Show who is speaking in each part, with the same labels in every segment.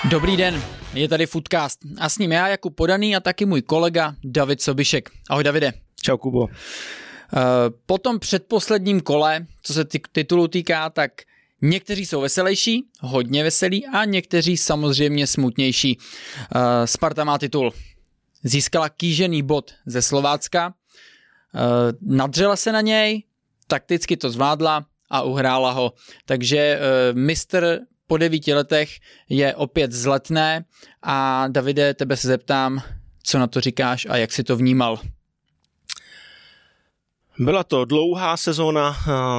Speaker 1: Dobrý den, je tady Footcast a s ním já, Jakub Podaný, a taky můj kolega David Sobišek. Ahoj Davide.
Speaker 2: Čau Kubo.
Speaker 1: Po tom předposledním kole, co se titulu týká, tak někteří jsou veselější, hodně veselí, a někteří samozřejmě smutnější. Sparta má titul. Získala kýžený bod ze Slovácka, nadřela se na něj, takticky to zvládla a uhrála ho. Takže mistr po 9 letech je opět z Letné a Davide, tebe se zeptám, co na to říkáš a jak jsi to vnímal?
Speaker 2: Byla to dlouhá sezóna,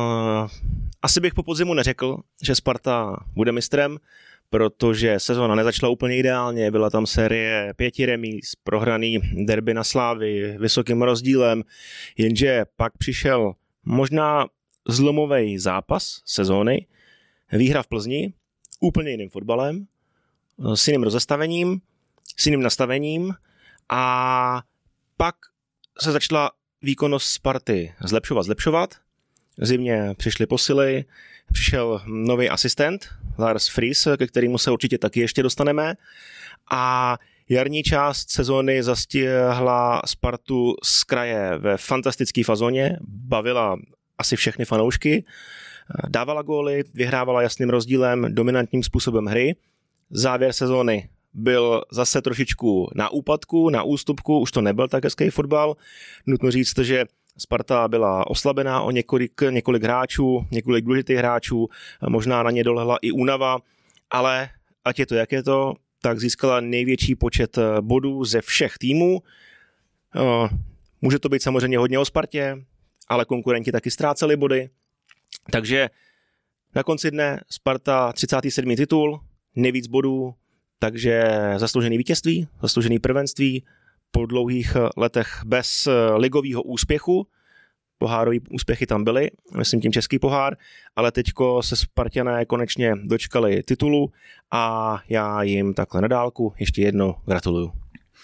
Speaker 2: asi bych po podzimu neřekl, že Sparta bude mistrem, protože sezóna nezačala úplně ideálně, byla tam série 5 remíz, prohraný derby na Slávii vysokým rozdílem, jenže pak přišel možná zlomový zápas sezóny, výhra v Plzni, úplně jiným fotbalem, s jiným rozestavením, s jiným nastavením a pak se začala výkonnost Sparty zlepšovat. V zimě přišly posily, přišel nový asistent, Lars Friis, ke kterému se určitě taky ještě dostaneme, a jarní část sezóny zastihla Spartu z kraje ve fantastické fazóně, bavila asi všechny fanoušky, dávala góly, vyhrávala jasným rozdílem, dominantním způsobem hry. Závěr sezóny byl zase trošičku na úpadku, na ústupku, už to nebyl tak hezký fotbal. Nutno říct, že Sparta byla oslabená o několik hráčů, několik důležitých hráčů, možná na ně dolehla i únava, ale ať je to jak je to, tak získala největší počet bodů ze všech týmů. Může to být samozřejmě hodně o Spartě, ale konkurenti taky ztráceli body. Takže na konci dne Sparta 37. titul, nejvíc bodů, takže zasloužený vítězství, zasloužený prvenství po dlouhých letech bez ligového úspěchu. Pohárový úspěchy tam byly, myslím tím český pohár, ale teďko se Spartané konečně dočkali titulu a já jim takhle na dálku ještě jednou gratuluju.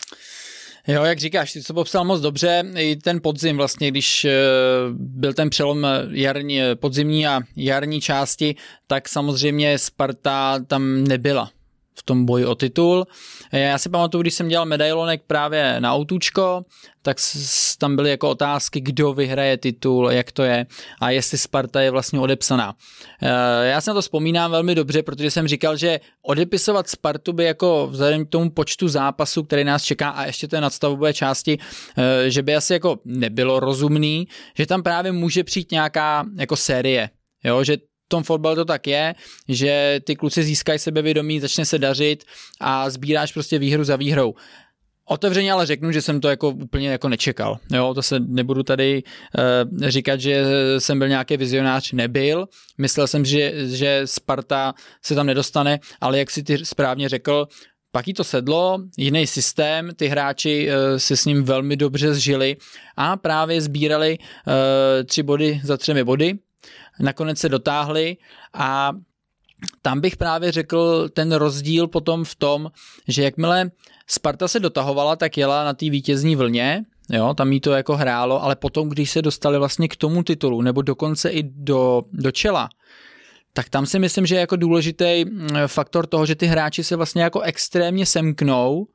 Speaker 1: Jo, jak říkáš, ty to popsal moc dobře, i ten podzim vlastně, když byl ten přelom podzimní a jarní části, tak samozřejmě Sparta tam nebyla v tom boji o titul. Já si pamatuju, když jsem dělal medailonek právě na autůčko, tak tam byly jako otázky, kdo vyhraje titul, jak to je a jestli Sparta je vlastně odepsaná. Já si na to vzpomínám velmi dobře, protože jsem říkal, že odepisovat Spartu by jako vzhledem k tomu počtu zápasů, který nás čeká, a ještě té nadstavové části, že by asi jako nebylo rozumný, že tam právě může přijít nějaká jako série, jo, že v tom fotbalu to tak je, že ty kluci získají sebevědomí, začne se dařit a sbíráš prostě výhru za výhrou. Otevřeně ale řeknu, že jsem to jako úplně jako nečekal. Jo, to se nebudu tady říkat, že jsem byl nějaký vizionář, nebyl. Myslel jsem, že Sparta se tam nedostane, ale jak si ty správně řekl, pak jí to sedlo, jiný systém, ty hráči se s ním velmi dobře zžili a právě sbírali 3 body za 3 body. Nakonec se dotáhli a tam bych právě řekl ten rozdíl potom v tom, že jakmile Sparta se dotahovala, tak jela na té vítězní vlně, jo, tam jí to jako hrálo, ale potom, když se dostali vlastně k tomu titulu, nebo dokonce i do čela, tak tam si myslím, že je jako důležitý faktor toho, že ty hráči se vlastně jako extrémně semknou,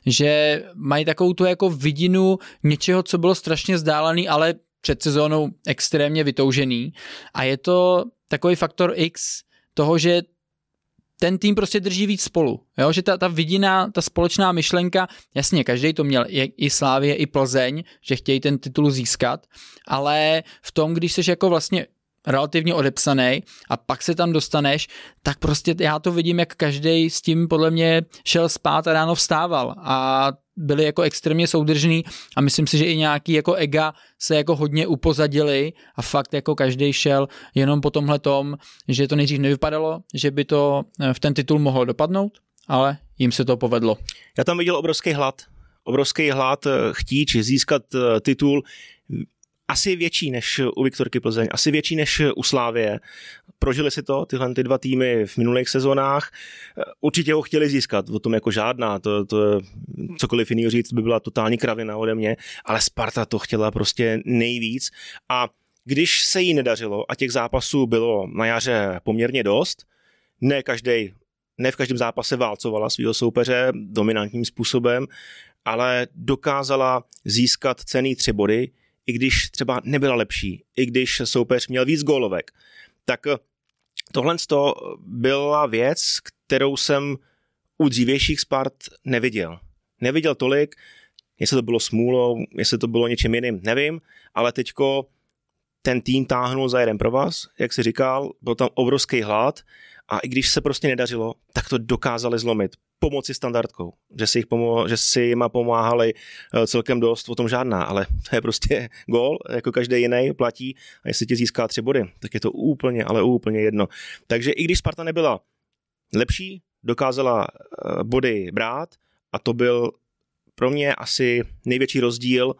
Speaker 1: že mají takovou tu jako vidinu něčeho, co bylo strašně vzdálený, ale před sezónou extrémně vytoužený, a je to takový faktor X toho, že ten tým prostě drží víc spolu, jo? Že ta vidina, ta společná myšlenka, jasně, každý to měl, i Slavie, i Plzeň, že chtějí ten titul získat, ale v tom, když jsi jako vlastně relativně odepsaný a pak se tam dostaneš, tak prostě já to vidím, jak každý s tím podle mě šel spát a ráno vstával a byli jako extrémně soudržní a myslím si, že i nějaký jako ega se jako hodně upozadili a fakt jako každý šel jenom po tomhletom, že to nejdřív nevypadalo, že by to v ten titul mohlo dopadnout, ale jim se to povedlo.
Speaker 2: Já tam viděl obrovský hlad chtíč získat titul, asi větší než u Viktorky Plzeň, asi větší než u Slávie. Prožili si to, tyhle ty 2 týmy v minulých sezónách. Určitě ho chtěli získat, o tom jako žádná, to cokoliv jiného říct by byla totální kravina ode mě, ale Sparta to chtěla prostě nejvíc a když se jí nedařilo a těch zápasů bylo na jaře poměrně dost, ne každý ne v každém zápase válcovala svého soupeře dominantním způsobem, ale dokázala získat cenný 3 body, i když třeba nebyla lepší, i když soupeř měl víc gólovek. Tak tohle byla věc, kterou jsem u dřívějších Spart neviděl. Neviděl tolik, jestli to bylo smůlou, jestli to bylo něčím jiným, nevím, ale teďko ten tým táhnul za jeden provaz, jak si říkal, byl tam obrovský hlad a i když se prostě nedařilo, tak to dokázali zlomit. Pomoci standardkou, že si jima pomáhali celkem dost, o tom žádná, ale to je prostě gól, jako každý jiný platí a jestli ti získá 3 body, tak je to úplně, ale úplně jedno. Takže i když Sparta nebyla lepší, dokázala body brát a to byl pro mě asi největší rozdíl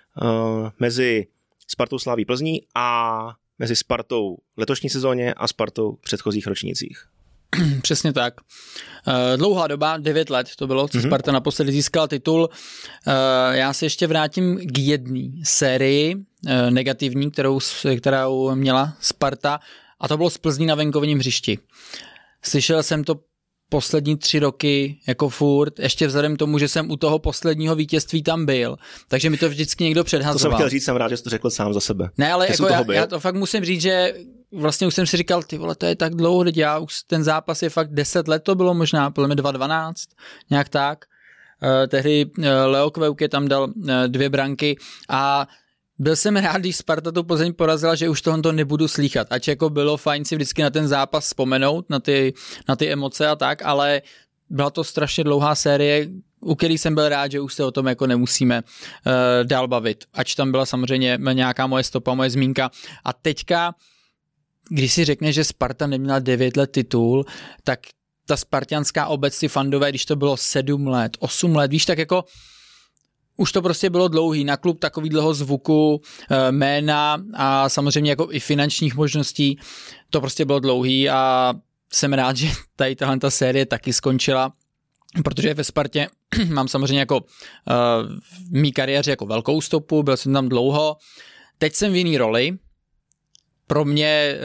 Speaker 2: mezi Spartou Slaví Plzní a mezi Spartou letošní sezóně a Spartou v předchozích ročnících.
Speaker 1: Přesně tak. Dlouhá doba, 9 let to bylo, co Sparta naposledy získala titul. Já se ještě vrátím k jedné sérii negativní, kterou měla Sparta, a to bylo z Plzní na venkovním hřišti. Slyšel jsem to poslední 3 roky jako furt, ještě vzhledem tomu, že jsem u toho posledního vítězství tam byl, takže mi to vždycky někdo předhazoval.
Speaker 2: To jsem chtěl říct, jsem rád, že jsi to řekl sám za sebe.
Speaker 1: Ne, ale jako já to fakt musím říct, že vlastně už jsem si říkal, ty vole, to je tak dlouho, já už ten zápas je fakt 10 let, to bylo možná, podle mě 2012, nějak tak. Tehdy Leo Kveuke tam dal 2 branky a byl jsem rád, když Sparta tu Plzeň porazila, že už tohoto nebudu slýchat. Ač jako bylo fajn si vždycky na ten zápas vzpomenout, na ty emoce a tak, ale byla to strašně dlouhá série, u který jsem byl rád, že už se o tom jako nemusíme dál bavit. Ač tam byla samozřejmě nějaká moje stopa, moje zmínka. A teďka, když si řekne, že Sparta neměla 9 let titul, tak ta spartianská obec, ty fandové, když to bylo 7 let, 8 let, víš, tak jako už to prostě bylo dlouhý, na klub takovýhleho zvuku, jména a samozřejmě jako i finančních možností, to prostě bylo dlouhý a jsem rád, že tady tahle série taky skončila, protože ve Spartě mám samozřejmě jako v mý kariéře jako velkou stopu, byl jsem tam dlouho, teď jsem v jiný roli, pro mě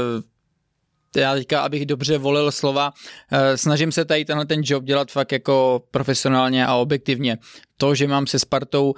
Speaker 1: já teďka, abych dobře volil slova, snažím se tady tenhle ten job dělat fakt jako profesionálně a objektivně. To, že mám se Spartou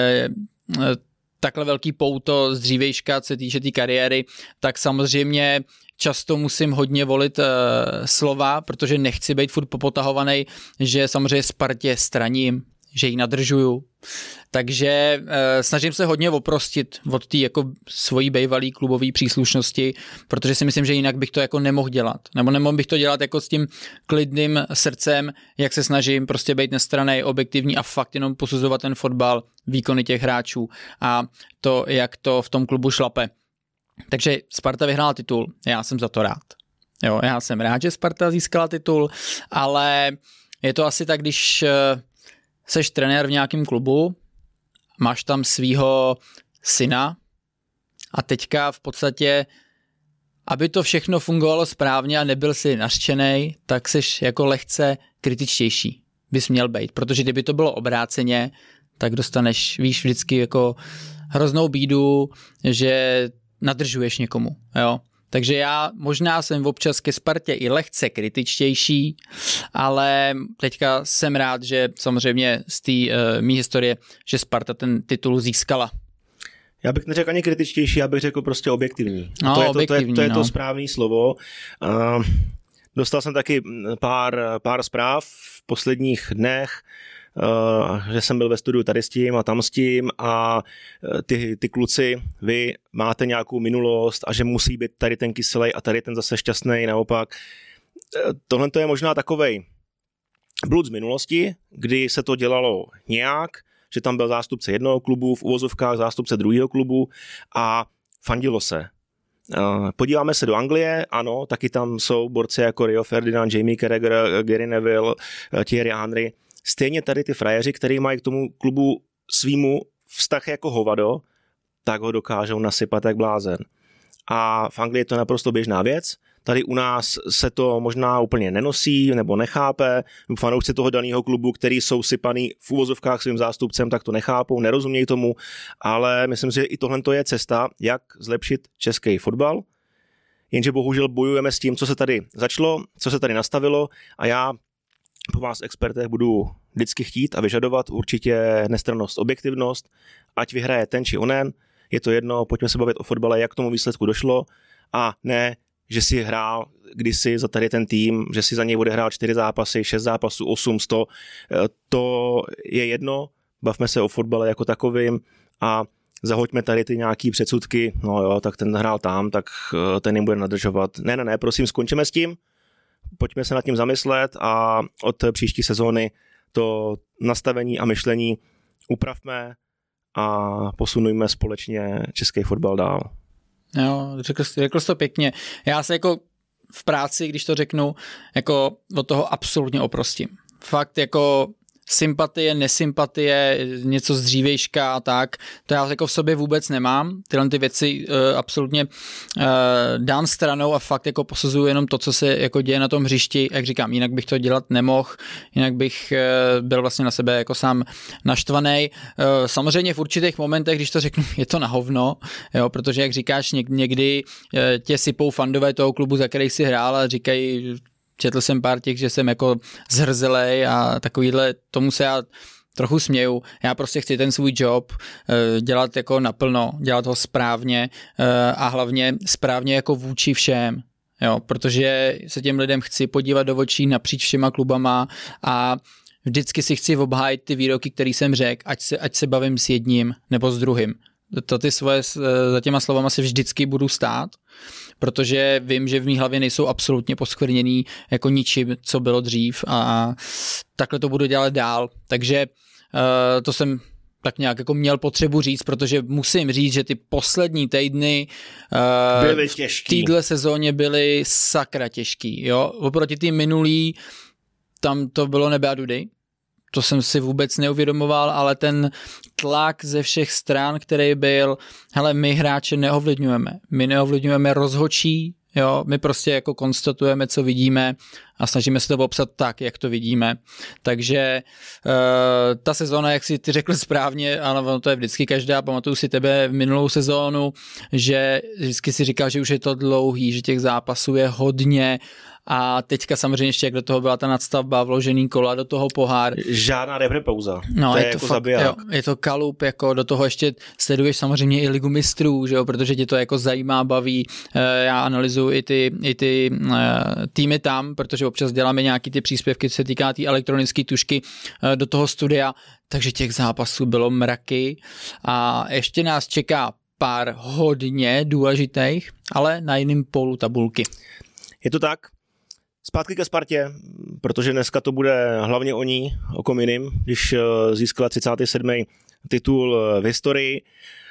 Speaker 1: takhle velký pouto z dřívejška, co se týče té kariéry, tak samozřejmě často musím hodně volit slova, protože nechci být furt popotahovaný, že samozřejmě Spartě straním, že ji nadržuju. Takže snažím se hodně oprostit od té jako svojí bývalý klubové příslušnosti, protože si myslím, že jinak bych to jako nemohl dělat. Nebo nemohl bych to dělat jako s tím klidným srdcem, jak se snažím prostě být nestranný, objektivní a fakt jenom posuzovat ten fotbal, výkony těch hráčů a to, jak to v tom klubu šlape. Takže Sparta vyhrála titul, já jsem za to rád. Jo, já jsem rád, že Sparta získala titul, ale je to asi tak, když seš trenér v nějakém klubu, máš tam svýho syna a teďka v podstatě, aby to všechno fungovalo správně a nebyl si nařčenej, tak seš jako lehce kritičtější, bys měl být, protože kdyby to bylo obráceně, tak dostaneš, víš, vždycky jako hroznou bídu, že nadržuješ někomu, jo. Takže já možná jsem občas ke Spartě i lehce kritičtější, ale teďka jsem rád, že samozřejmě z té mý historie, že Sparta ten titul získala.
Speaker 2: Já bych neřekl ani kritičtější, já bych řekl prostě objektivní.
Speaker 1: No,
Speaker 2: to je to správné slovo. Dostal jsem taky pár zpráv v posledních dnech, že jsem byl ve studiu tady s tím a tam s tím a ty kluci, vy máte nějakou minulost a že musí být tady ten kyselej a tady ten zase šťastný, naopak. Tohle to je možná takovej blud z minulosti, kdy se to dělalo nějak, že tam byl zástupce jednoho klubu, v uvozovkách zástupce druhého klubu a fandilo se. Podíváme se do Anglie, ano, taky tam jsou borci jako Rio Ferdinand, Jamie Carragher, Gary Neville, Thierry Henry. Stejně tady ty frajeři, kteří mají k tomu klubu svýmu vztah jako hovado, tak ho dokážou nasypat jak blázen. A v Anglii je to naprosto běžná věc. Tady u nás se to možná úplně nenosí nebo nechápe. Fanoušci toho daného klubu, který jsou sypaný v uvozovkách svým zástupcem, tak to nechápou, nerozumějí tomu, ale myslím si, že i tohle je cesta, jak zlepšit český fotbal. jenže bohužel bojujeme s tím, co se tady začalo, co se tady nastavilo a já po vás expertech budu vždycky chtít a vyžadovat určitě nestrannost, objektivnost, ať vyhraje ten či onen, je to jedno, pojďme se bavit o fotbale, jak k tomu výsledku došlo a ne, že si hrál kdysi za tady ten tým, že si za něj odehrál 4 zápasy, 6 zápasů, 8, 100, to je jedno, bavme se o fotbale jako takovým a zahoďme tady ty nějaký předsudky, no jo, tak ten hrál tam, tak ten jim bude nadržovat. Ne, prosím, skončíme s tím, pojďme se nad tím zamyslet a od příští sezóny to nastavení a myšlení upravme a posunujme společně český fotbal dál.
Speaker 1: Jo, řekl jsi to pěkně. Já se jako v práci, když to řeknu, jako od toho absolutně oprostím. Fakt jako sympatie, nesympatie, něco z dřívejška a tak, to já jako v sobě vůbec nemám. Tyhle ty věci absolutně dám stranou a fakt jako posuzuju jenom to, co se jako děje na tom hřišti. Jak říkám, jinak bych to dělat nemohl, jinak bych byl vlastně na sebe jako sám naštvaný. Samozřejmě v určitých momentech, když to řeknu, je to na hovno, jo, protože jak říkáš, někdy tě sypou fandové toho klubu, za který si hrál a říkají, četl jsem pár těch, že jsem jako zhrzelej a takovýhle, tomu se já trochu směju. Já prostě chci ten svůj job dělat jako naplno, dělat ho správně a hlavně správně jako vůči všem. Jo, protože se těm lidem chci podívat do očí napříč všema klubama a vždycky si chci obhájit ty výroky, které jsem řekl, ať se bavím s jedním nebo s druhým. Za těma slovama se vždycky budu stát, protože vím, že v mý hlavě nejsou absolutně poskvrněný jako ničím, co bylo dřív a takhle to budu dělat dál. Takže to jsem tak nějak jako měl potřebu říct, protože musím říct, že ty poslední týdny v téhle sezóně byly sakra těžký. Jo? Oproti tým minulý, tam to bylo nebe a dudy. To jsem si vůbec neuvědomoval, ale ten tlak ze všech stran, který byl, hele, my hráče neovlivňujeme. My neovlivňujeme rozhodčí, jo, my prostě jako konstatujeme, co vidíme a snažíme se to popsat tak, jak to vidíme. Takže ta sezóna, jak si ty řekl správně, ano, to je vždycky každá, pamatuju si tebe v minulou sezónu, že vždycky si říkal, že už je to dlouhý, že těch zápasů je hodně a teďka samozřejmě ještě, jak do toho byla ta nadstavba, vložený kola do toho pohár.
Speaker 2: Žádná reprepauza.
Speaker 1: No,
Speaker 2: to je
Speaker 1: to
Speaker 2: jako
Speaker 1: fakt,
Speaker 2: zabiják.
Speaker 1: jo, je to kalup, jako do toho ještě sleduješ samozřejmě i Ligu mistrů, že jo, protože tě to jako zajímá, baví. Já analyzuji i ty týmy tam, protože občas děláme nějaký ty příspěvky, co se týká té elektronické tušky do toho studia, takže těch zápasů bylo mraky a ještě nás čeká pár hodně důležitých, ale na jiném polu tabulky.
Speaker 2: Je to tak. Zpátky ke Spartě, protože dneska to bude hlavně o ní, o kom jiným, když získala 37. titul v historii.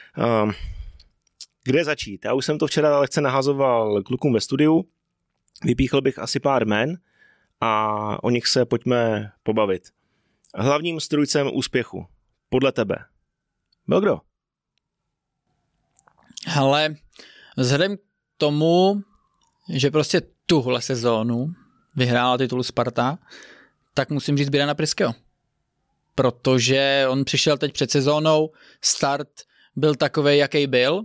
Speaker 2: Kde začít? Já už jsem to včera lehce nahazoval klukům ve studiu, vypíchl bych asi pár jmen a o nich se pojďme pobavit. Hlavním strůjcem úspěchu, podle tebe, byl kdo?
Speaker 1: Hele, vzhledem k tomu, že prostě tuhle sezónu vyhrála titul Sparta, tak musím říct Běrana Pryského. Protože on přišel teď před sezónou, start byl takovej, jaký byl.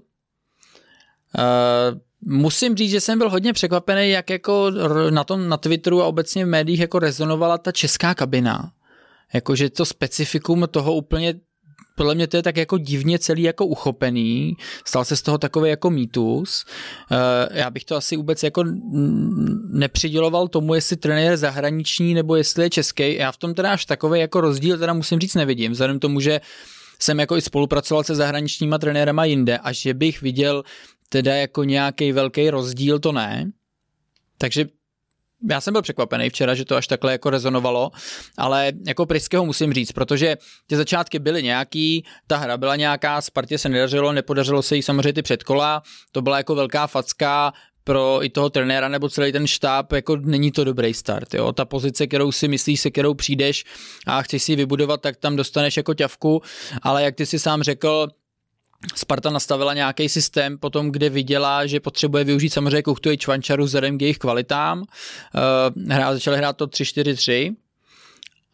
Speaker 1: Musím říct, že jsem byl hodně překvapený, jak jako na Twitteru a obecně v médiích jako rezonovala ta česká kabina. Jakože to specifikum toho úplně, podle mě to je tak jako divně celý jako uchopený, stal se z toho takový jako mýtus. Já bych to asi vůbec jako nepřiděloval tomu, jestli trenér je zahraniční nebo jestli je český. Já v tom teda až takový jako rozdíl teda musím říct nevidím, vzhledem tomu, že jsem jako i spolupracoval se zahraničníma trenérama jinde a že bych viděl teda jako nějaký velký rozdíl, to ne. Takže já jsem byl překvapený včera, že to až takhle jako rezonovalo, ale jako Pryského musím říct, protože ty začátky byly nějaký, ta hra byla nějaká, Spartě se nepodařilo se jí samozřejmě ty předkola, to byla jako velká facka pro i toho trenéra nebo celý ten štáb, jako není to dobrý start, jo. Ta pozice, kterou si myslíš, se kterou přijdeš a chceš si ji vybudovat, tak tam dostaneš jako ťavku, ale jak ty si sám řekl, Sparta nastavila nějaký systém potom, kde že potřebuje využít samozřejmě Kuchtu i Čvančaru vzhledem k jejich kvalitám. Začali hrát to 3-4-3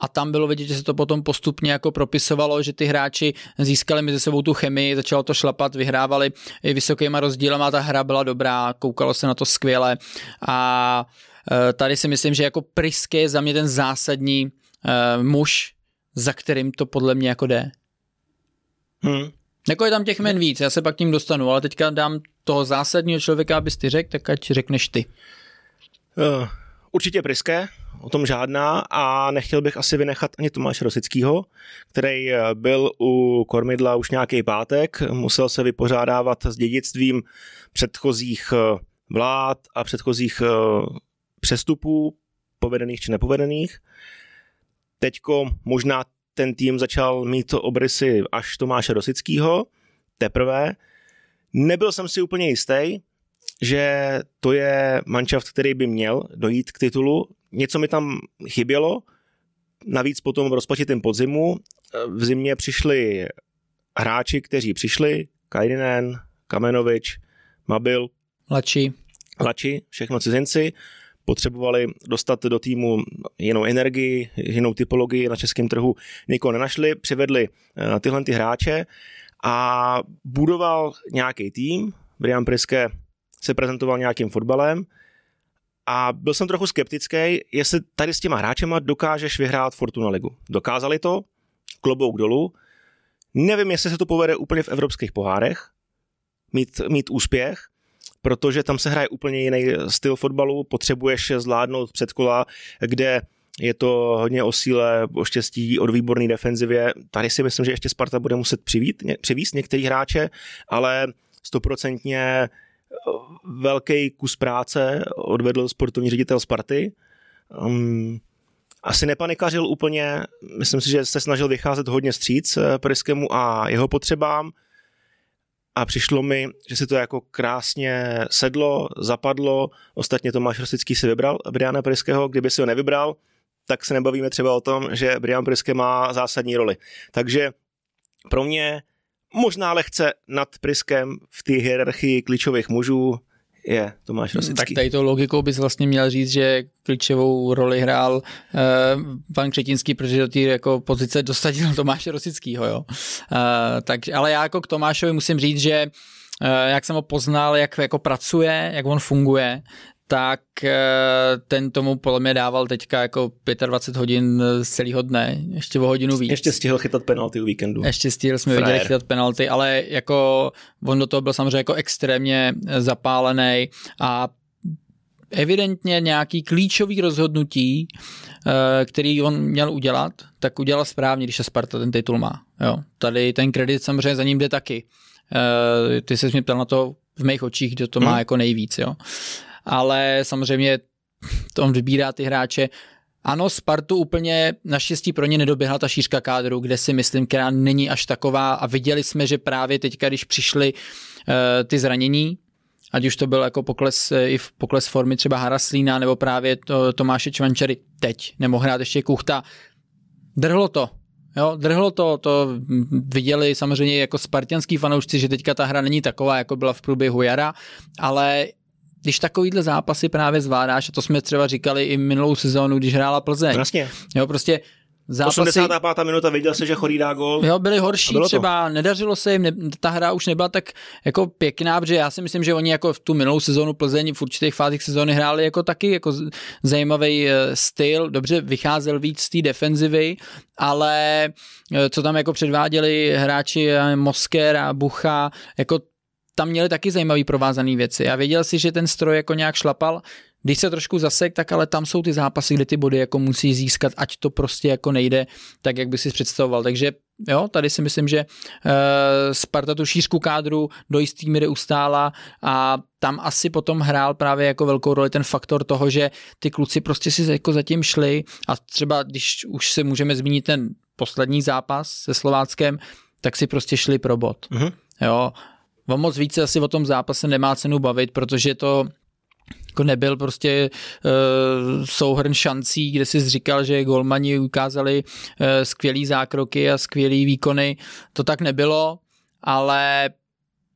Speaker 1: a tam bylo vidět, že se to potom postupně jako propisovalo, že ty hráči získali mezi sebou tu chemii, začalo to šlapat, vyhrávali i vysokýma rozdílama, ta hra byla dobrá, koukalo se na to skvěle a tady si myslím, že jako Priske je za mě ten zásadní muž, za kterým to podle mě jako jde. Jako je tam těch men víc, já se pak k ním dostanu, ale teďka dám toho zásadního člověka, abys ty řekl, tak ať řekneš ty.
Speaker 2: Určitě Priske, o tom žádná, a nechtěl bych asi vynechat ani Tomáše Rosickýho, který byl u kormidla už nějaký pátek, musel se vypořádávat s dědictvím předchozích vlád a předchozích přestupů, povedených či nepovedených. Teďko možná ten tým začal mít obrysy až Tomáše Rosickýho, teprve. Nebyl jsem si úplně jistý, že to je manšaft, který by měl dojít k titulu. Něco mi tam chybělo, navíc potom v rozpačitém podzimu. V zimě přišli hráči, kteří přišli, Kairinen, Kamenovič, Mabil, Lači, všechno cizinci, potřebovali dostat do týmu jinou energii, jinou typologii na českém trhu, nikoho nenašli, přivedli tyhle ty hráče a budoval nějaký tým. Brian Priske se prezentoval nějakým fotbalem a byl jsem trochu skeptický, jestli tady s těma hráčema dokážeš vyhrát Fortuna ligu. Dokázali to, klobouk dolů. Nevím, jestli se to povede úplně v evropských pohárech, mít úspěch, protože tam se hraje úplně jiný styl fotbalu, potřebuješ zvládnout předkola, kde je to hodně o síle, o štěstí, o výborné defenzivě. Tady si myslím, že ještě Sparta bude muset přivízt některý hráče, ale 100% velký kus práce odvedl sportovní ředitel Sparty. Asi nepanikařil úplně, myslím si, že se snažil vycházet hodně vstříc Priskemu a jeho potřebám a přišlo mi, že si to jako krásně sedlo, zapadlo. Ostatně Tomáš Rosický si vybral Briana Priskeho, kdyby si ho nevybral, tak se nebavíme třeba o tom, že Brian Priske má zásadní roli. Takže pro mě možná lehce nad Priskem v té hierarchii klíčových mužů je Tomáš Rosický.
Speaker 1: Tak tady tou logikou bys vlastně měl říct, že klíčovou roli hrál pan Křetínský, protože do té jako pozice dosadil Tomáše Rosickýho. Jo? Ale já jako k Tomášovi musím říct, že jak jsem ho poznal, jak jako pracuje, jak on funguje, tak ten tomu podle mě dával teďka jako 25 hodin z celého dne, ještě o hodinu víc.
Speaker 2: Ještě stihl chytat penalty u víkendu.
Speaker 1: Ještě stihl, jsme viděli chytat penalty, ale jako on do toho byl samozřejmě jako extrémně zapálený a evidentně nějaký klíčový rozhodnutí, který on měl udělat, tak udělal správně, když se Sparta ten titul má. Jo. Tady ten kredit samozřejmě za ním jde taky. Ty se mě ptal na to v mých očích, kdo to má jako nejvíc, jo. Ale samozřejmě to on vybírá ty hráče. Ano, Spartu úplně naštěstí pro ně nedoběhla ta šířka kádru, kde si myslím, která není až taková a viděli jsme, že právě teďka, když přišly ty zranění, ať už to byl jako pokles formy třeba Haraslína nebo právě Tomáše Čvančary teď, nemohl hrát ještě Kuchta, drhlo to viděli samozřejmě jako spartanský fanoušci, že teďka ta hra není taková, jako byla v průběhu jara, ale když takovýhle zápasy právě zvládáš, a to jsme třeba říkali i minulou sezónu, když hrála Plzeň.
Speaker 2: Vlastně.
Speaker 1: Jo, prostě zápasy...
Speaker 2: 85. minuta, viděl se, že Chorý dá gól.
Speaker 1: Jo, byli horší třeba, nedařilo se jim, ta hra už nebyla tak jako pěkná, protože já si myslím, že oni jako v tu minulou sezónu Plzeň v určitých fázích sezóny hráli jako taky jako zajímavý styl, dobře vycházel víc z té defenzivy, ale co tam jako předváděli hráči Mosker a Bucha, jako tam měli taky zajímavý provázaný věci. Já věděl si, že ten stroj jako nějak šlapal, když se trošku zasek, tak ale tam jsou ty zápasy, kde ty body jako musí získat, ať to prostě jako nejde tak, jak by si představoval. Takže jo, tady si myslím, že Sparta tu šířku kádru do jistý míry ustála a tam asi potom hrál právě jako velkou roli ten faktor toho, že ty kluci prostě si jako zatím šli a třeba když už se můžeme zmínit ten poslední zápas se Slováckem, tak si prostě šli pro bod. Jo, o moc více asi o tom zápase nemá cenu bavit, protože to jako nebyl prostě souhrn šancí, kde si říkal, že golmani ukázali skvělý zákroky a skvělý výkony. To tak nebylo, ale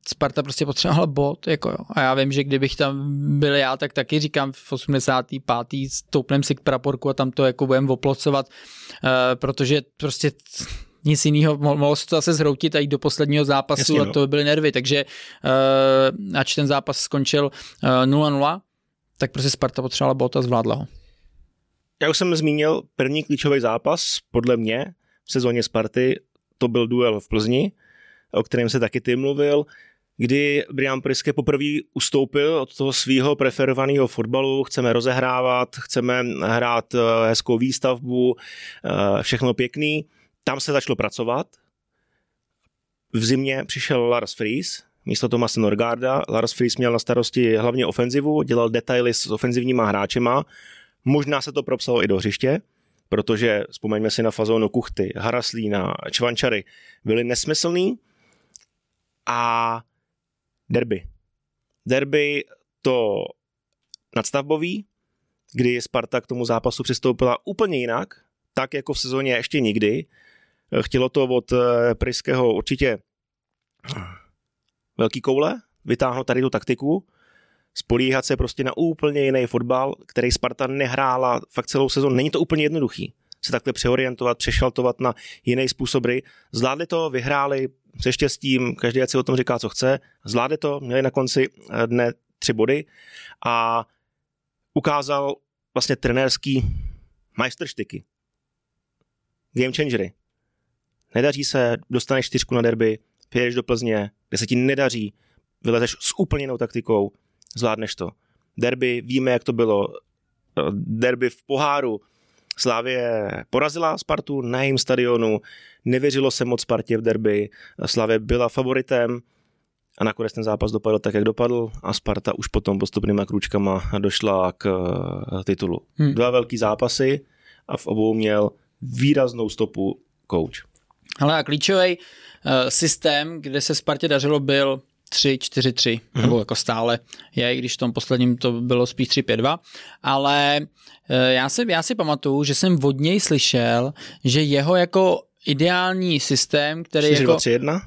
Speaker 1: Sparta prostě potřebovala bod, jako jo. A já vím, že kdybych tam byl já, tak taky říkám v 85. stoupnem si k praporku a tam to jako budeme oplocovat, protože prostě nic jiného, mohlo se to zase zhroutit a jít do posledního zápasu. Jasně, no. A to byly nervy, takže ač ten zápas skončil 0-0, tak prostě Sparta potřebovala bod a zvládla ho.
Speaker 2: Já už jsem zmínil první klíčový zápas, podle mě, v sezóně Sparty, to byl duel v Plzni, o kterém se taky ty mluvil, kdy Brian Priske poprvé ustoupil od toho svého preferovaného fotbalu, chceme rozehrávat, chceme hrát hezkou výstavbu, všechno pěkný. Tam se začalo pracovat. V zimě přišel Lars Friis, místo Tomase Norgarda. Lars Friis měl na starosti hlavně ofenzivu, dělal detaily s ofenzivníma hráčema. Možná se to propsalo i do hřiště, protože vzpomeňme si na fazónu Kuchty, Haraslína, Čvančary, byly nesmyslný. A derby to nadstavbový, kdy Sparta k tomu zápasu přistoupila úplně jinak, tak jako v sezóně ještě nikdy. Chtělo to od Priskeho určitě velký koule, vytáhnout tady tu taktiku, spolíhat se prostě na úplně jiný fotbal, který Sparta nehrála fakt celou sezónu. Není to úplně jednoduchý se takhle přeorientovat, přešaltovat na jiný způsob hry. Zvládli to, vyhráli se štěstím, každý si o tom říká, co chce. Zvládli to, měli na konci dne 3 body a ukázal vlastně trenérský majstrštyky. Game changery. Nedaří se, dostaneš 4 na derby, přijedeš do Plzně, kde se ti nedaří, vylezeš s úplně jinou taktikou, zvládneš to. Derby, víme, jak to bylo. Derby v poháru. Slavie porazila Spartu na jejím stadionu, nevěřilo se moc Spartě v derby, Slavie byla favoritem a nakonec ten zápas dopadl tak, jak dopadl a Sparta už potom postupnýma krůčkama došla k titulu. 2 velký zápasy a v obou měl výraznou stopu coach.
Speaker 1: Ale a klíčový systém, kde se Spartě dařilo, byl 3-4-3, nebo jako stále je, i když v tom posledním to bylo spíš 3-5-2, ale já si pamatuju, že jsem od něj slyšel, že jeho jako ideální systém, který
Speaker 2: 4-2-3-1?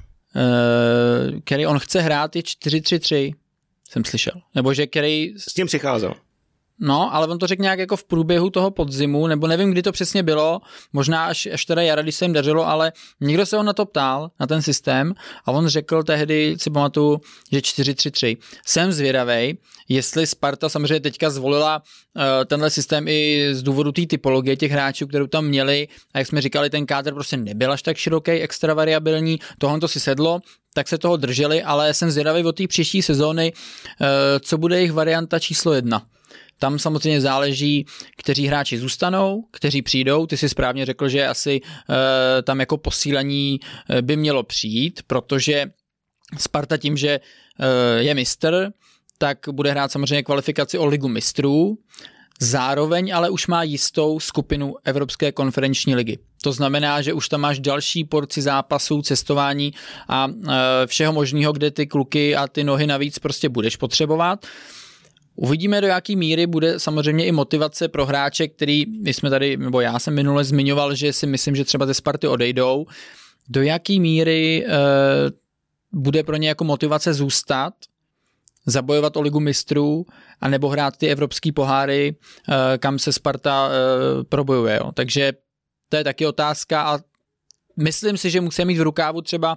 Speaker 1: Který on chce hrát, je 4-3-3, jsem slyšel. Nebo že který...
Speaker 2: S tím přicházel.
Speaker 1: No, ale on to řekl nějak jako v průběhu toho podzimu, nebo nevím, kdy to přesně bylo, možná až teda jara, když se jim dařilo, ale někdo se ho na to ptal, na ten systém, a on řekl tehdy, si pamatuju, že 4-3-3. Jsem zvědavej, jestli Sparta samozřejmě teďka zvolila tenhle systém i z důvodu té typologie těch hráčů, kterou tam měli, a jak jsme říkali, ten kádr prostě nebyl až tak široký, extra variabilní, tohle to si sedlo, tak se toho drželi, ale jsem zvědavej od té příští sezóny, co bude jejich varianta číslo 1. Tam samozřejmě záleží, kteří hráči zůstanou, kteří přijdou. Ty si správně řekl, že asi tam jako posílení by mělo přijít, protože Sparta tím, že je mistr, tak bude hrát samozřejmě kvalifikaci o Ligu mistrů. Zároveň ale už má jistou skupinu Evropské konferenční ligy. To znamená, že už tam máš další porci zápasů, cestování a všeho možného, kde ty kluky a ty nohy navíc prostě budeš potřebovat. Uvidíme, do jaký míry bude samozřejmě i motivace pro hráče, který my jsme tady, nebo já jsem minule zmiňoval, že si myslím, že třeba ze Sparty odejdou. Do jaký míry bude pro ně jako motivace zůstat, zabojovat o Ligu mistrů, anebo hrát ty evropský poháry, kam se Sparta probojuje. Jo. Takže to je taky otázka a myslím si, že musíme mít v rukávu třeba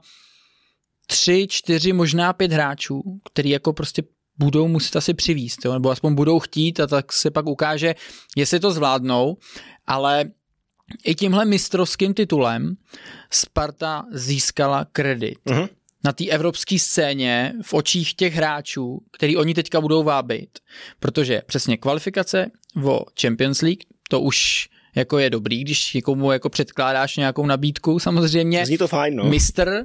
Speaker 1: 3, 4, možná 5 hráčů, který jako prostě budou muset asi přivízt, jo? Nebo aspoň budou chtít a tak se pak ukáže, jestli to zvládnou, ale i tímhle mistrovským titulem Sparta získala kredit. Na té evropské scéně v očích těch hráčů, který oni teďka budou vábit, protože přesně kvalifikace o Champions League, to už jako je dobrý, když někomu jako předkládáš nějakou nabídku, samozřejmě.
Speaker 2: Zní to fajn, no.
Speaker 1: Mistr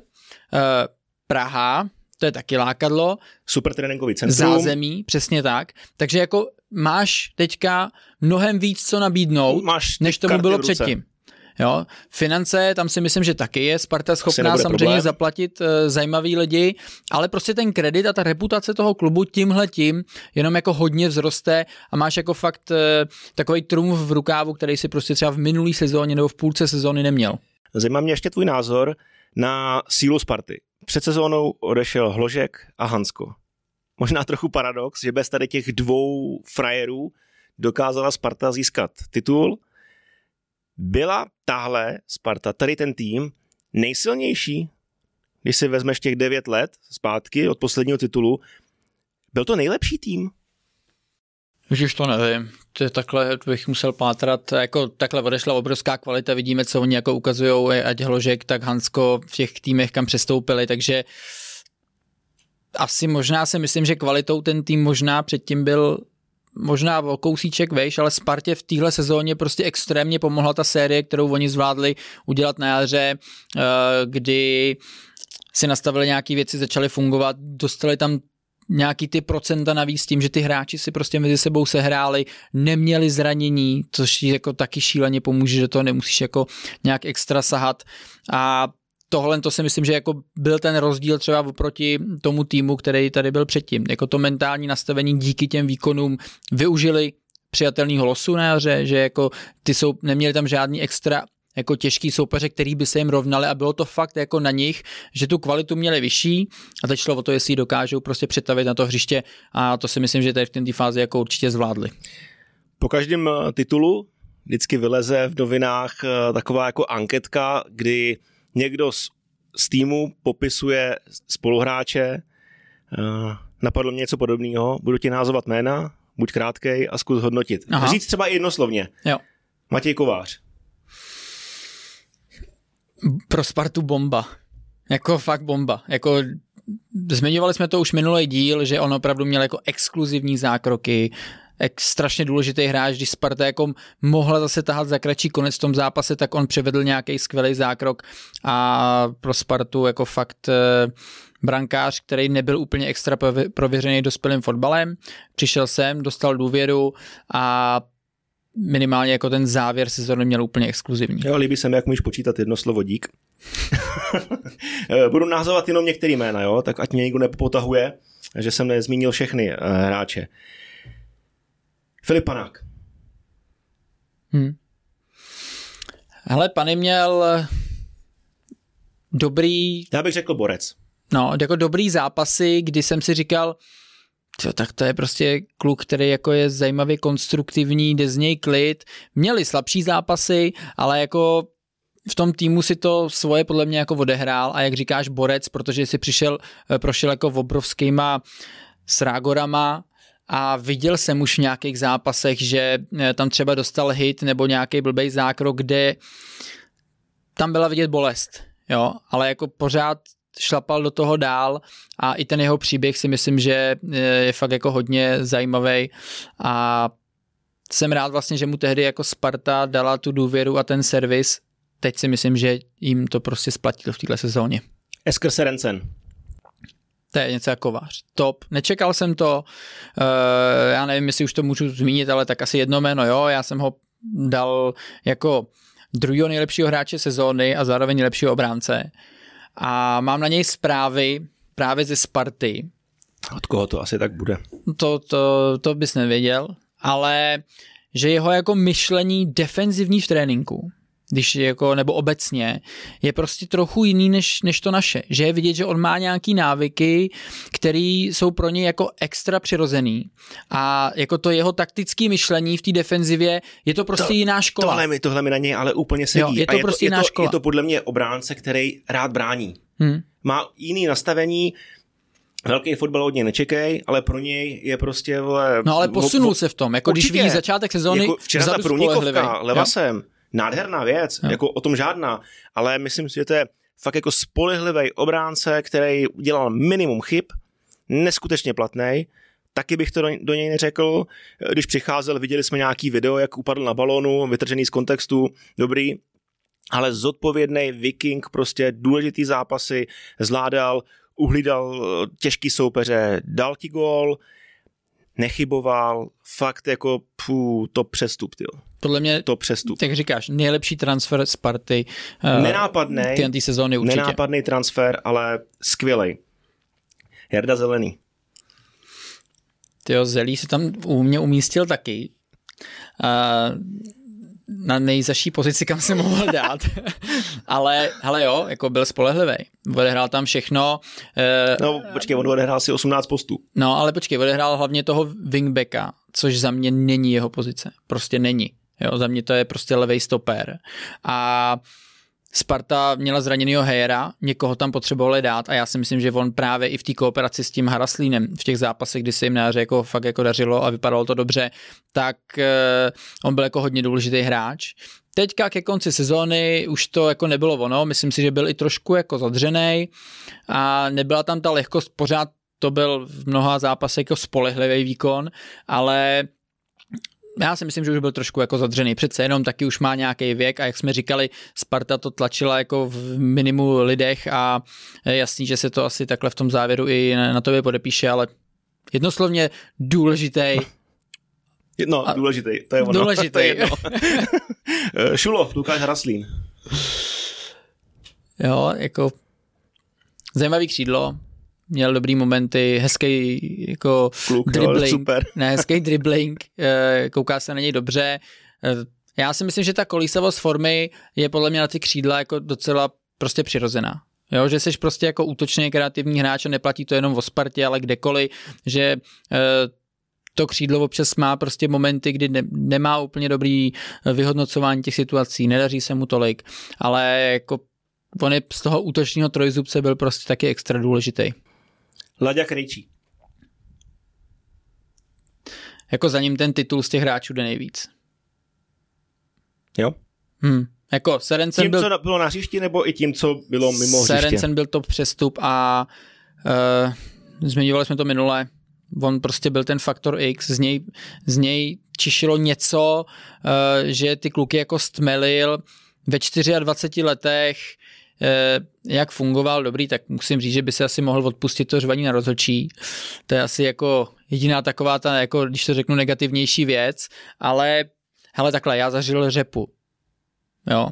Speaker 1: Praha, to je taky lákadlo.
Speaker 2: Super tréninkový centrum.
Speaker 1: Zázemí, přesně tak. Takže jako máš teďka mnohem víc co nabídnout, než tomu bylo předtím. Jo, finance, tam si myslím, že taky je Sparta schopná samozřejmě zaplatit zajímavý lidi, ale prostě ten kredit a ta reputace toho klubu tímhletím jenom jako hodně vzroste a máš jako fakt takový trumf v rukávu, který si prostě třeba v minulý sezóně nebo v půlce sezóny neměl.
Speaker 2: Zajímá mě ještě tvůj názor na sílu Sparty, Před sezónou odešel Hložek a Hansko. Možná trochu paradox, že bez tady těch dvou frajerů dokázala Sparta získat titul. Byla tahle Sparta, tady ten tým, nejsilnější, když si vezmeš těch 9 let zpátky od posledního titulu, byl to nejlepší tým?
Speaker 1: Už to nevím. Takhle bych musel pátrat. Jako takhle odešla obrovská kvalita, vidíme, co oni jako ukazujou, ať Hložek, tak Hansko v těch týmech, kam přestoupili, takže asi možná si myslím, že kvalitou ten tým možná předtím byl možná o kousíček vejš, ale Spartě v téhle sezóně prostě extrémně pomohla ta série, kterou oni zvládli udělat na jaře, kdy si nastavili nějaké věci, začaly fungovat, dostali tam nějaký ty procenta navíc tím, že ty hráči si prostě mezi sebou sehráli, neměli zranění, což jako taky šíleně pomůže, že to nemusíš jako nějak extra sahat a tohle to si myslím, že jako byl ten rozdíl třeba oproti tomu týmu, který tady byl předtím. Jako to mentální nastavení díky těm výkonům využili přijatelného losu na jaře, že jako neměli tam žádný extra jako těžký soupeře, který by se jim rovnali a bylo to fakt jako na nich, že tu kvalitu měli vyšší a teď šlo o to, jestli ji dokážou prostě přetavit na to hřiště a to si myslím, že tady v té fázi jako určitě zvládli.
Speaker 2: Po každém titulu vždycky vyleze v novinách taková jako anketka, kdy někdo z týmu popisuje spoluhráče, napadlo mě něco podobného, budu ti názovat jména, buď krátkej a zkus hodnotit. Aha. Říct třeba i jednoslovně.
Speaker 1: Jo.
Speaker 2: Matěj Kovář.
Speaker 1: Pro Spartu bomba. Jako fakt bomba. Jako zmiňovali jsme to už minulý díl, že on opravdu měl jako exkluzivní zákroky, strašně důležitý hráč, když Sparta jako mohla zase tahat za kratší konec v tom zápase, tak on převedl nějaký skvělý zákrok a pro Spartu jako fakt brankář, který nebyl úplně extra prověřený dospělým fotbalem, přišel sem, dostal důvěru a minimálně jako ten závěr sezóny měl úplně exkluzivní.
Speaker 2: Jo, líbí se mi, jak můžeš počítat jedno slovo dík. Budu názovat jenom některý jména, jo, tak ať mě nikdo nepotahuje, že jsem nezmínil všechny hráče. Filip Panák.
Speaker 1: Hele, Pany měl dobrý...
Speaker 2: Já bych řekl borec.
Speaker 1: No, jako dobrý zápasy, kdy jsem si říkal, tak to je prostě kluk, který jako je zajímavě konstruktivní, jde z něj klid. Měli slabší zápasy, ale jako v tom týmu si to svoje podle mě jako odehrál a jak říkáš borec, protože si prošel jako obrovskýma srágorama a viděl jsem už v nějakých zápasech, že tam třeba dostal hit nebo nějaký blbej zákrok, kde tam byla vidět bolest, jo, ale jako pořád šlapal do toho dál a i ten jeho příběh si myslím, že je fakt jako hodně zajímavý a jsem rád vlastně, že mu tehdy jako Sparta dala tu důvěru a ten servis. Teď si myslím, že jim to prostě splatilo v této sezóně.
Speaker 2: Esker Serencen.
Speaker 1: To je něco jako Kovář. Top. Nečekal jsem to. Já nevím, jestli už to můžu zmínit, ale tak asi jedno jméno, jo. Já jsem ho dal jako druhého nejlepšího hráče sezóny a zároveň nejlepšího obránce. A mám na něj zprávy právě ze Sparty.
Speaker 2: Od koho to asi tak bude?
Speaker 1: To bys nevěděl, ale že jeho jako myšlení defenzivní v tréninku, když jako, nebo obecně, je prostě trochu jiný než to naše. Že je vidět, že on má nějaký návyky, které jsou pro něj jako extra přirozený. A jako to jeho taktické myšlení v té defenzivě je to prostě jiná škola.
Speaker 2: Tohle mi na něj ale úplně sedí.
Speaker 1: Jo, je to prostě jiná škola.
Speaker 2: Je to podle mě obránce, který rád brání. Má jiný nastavení, velký fotbal od něj nečekej, ale pro něj je prostě...
Speaker 1: No ale posunul se v tom, jako určitě, když vidí začátek sezóny
Speaker 2: jako včera ta průnikovka levasem, nádherná věc, jako o tom žádná, ale myslím si, že to je fakt jako spolehlivý obránce, který udělal minimum chyb, neskutečně platnej, taky bych to do něj neřekl, když přicházel, viděli jsme nějaký video, jak upadl na balónu, vytržený z kontextu, dobrý, ale zodpovědný viking, prostě důležitý zápasy, zvládal, uhlídal těžký soupeře, dal ti gól, nechyboval, fakt jako top přestup, tyjo.
Speaker 1: Podle mě,
Speaker 2: top přestup.
Speaker 1: Jak říkáš, nejlepší transfer Sparty
Speaker 2: nenápadnej
Speaker 1: sezóny určitě.
Speaker 2: Nenápadný transfer, ale skvělej. Jarda Zelený.
Speaker 1: Tyjo, Zelí se tam u mě umístil taky. na nejzaší pozici, kam se mohl dát. Ale hele jo, jako byl spolehlivý. Odehrál tam všechno.
Speaker 2: No počkej, on odehrál si 18 postů.
Speaker 1: No ale počkej, odehrál hlavně toho wingbacka, což za mě není jeho pozice. Prostě není. Jo, za mě to je prostě levej stopér. A Sparta měla zraněnýho Hejera, někoho tam potřebovali dát a já si myslím, že on právě i v té kooperaci s tím Haraslínem v těch zápasech, kdy se jim na jaře jako fakt jako dařilo a vypadalo to dobře, tak on byl jako hodně důležitý hráč. Teďka ke konci sezóny už to jako nebylo ono, myslím si, že byl i trošku jako zadřenej a nebyla tam ta lehkost, pořád to byl v mnoha zápasech jako spolehlivý výkon, ale já si myslím, že už byl trošku jako zadřený. Přece jenom taky už má nějaký věk a jak jsme říkali, Sparta to tlačila jako v minimu lidech a je jasný, že se to asi takhle v tom závěru i na tobě podepíše, ale jednoslovně důležitý.
Speaker 2: No, důležitý, to je ono.
Speaker 1: Důležitý.
Speaker 2: To je jedno. Šulo, Lukáš Haraslín.
Speaker 1: Jo, jako zajímavý křídlo. Měl dobrý momenty, hezký jako
Speaker 2: kluk,
Speaker 1: dribbling,
Speaker 2: super.
Speaker 1: Ne, hezký dribbling, kouká se na něj dobře. Já si myslím, že ta kolísavost formy je podle mě na ty křídla jako docela prostě přirozená. Jo, že jsi prostě jako útočný kreativní hráč a neplatí to jenom o Spartě, ale kdekoliv, že to křídlo občas má prostě momenty, kdy nemá úplně dobrý vyhodnocování těch situací, nedaří se mu tolik, ale jako on je z toho útočního trojzubce byl prostě taky extra důležitý.
Speaker 2: Láďa Krejčí.
Speaker 1: Jako za ním ten titul z těch hráčů jde nejvíc.
Speaker 2: Jo?
Speaker 1: Jako Serencen
Speaker 2: tím, co bylo na hřišti, nebo i tím, co bylo mimo hřiště?
Speaker 1: Serencen byl top přestup a zmiňovali jsme to minule. On prostě byl ten faktor X, z něj čišilo něco, že ty kluky jako stmelil ve 24 letech, jak fungoval dobrý, tak musím říct, že by se asi mohl odpustit to řvaní na rozhodčí. To je asi jako jediná taková ta, jako když to řeknu, negativnější věc, ale hele takhle, já zažil řepu. Jo.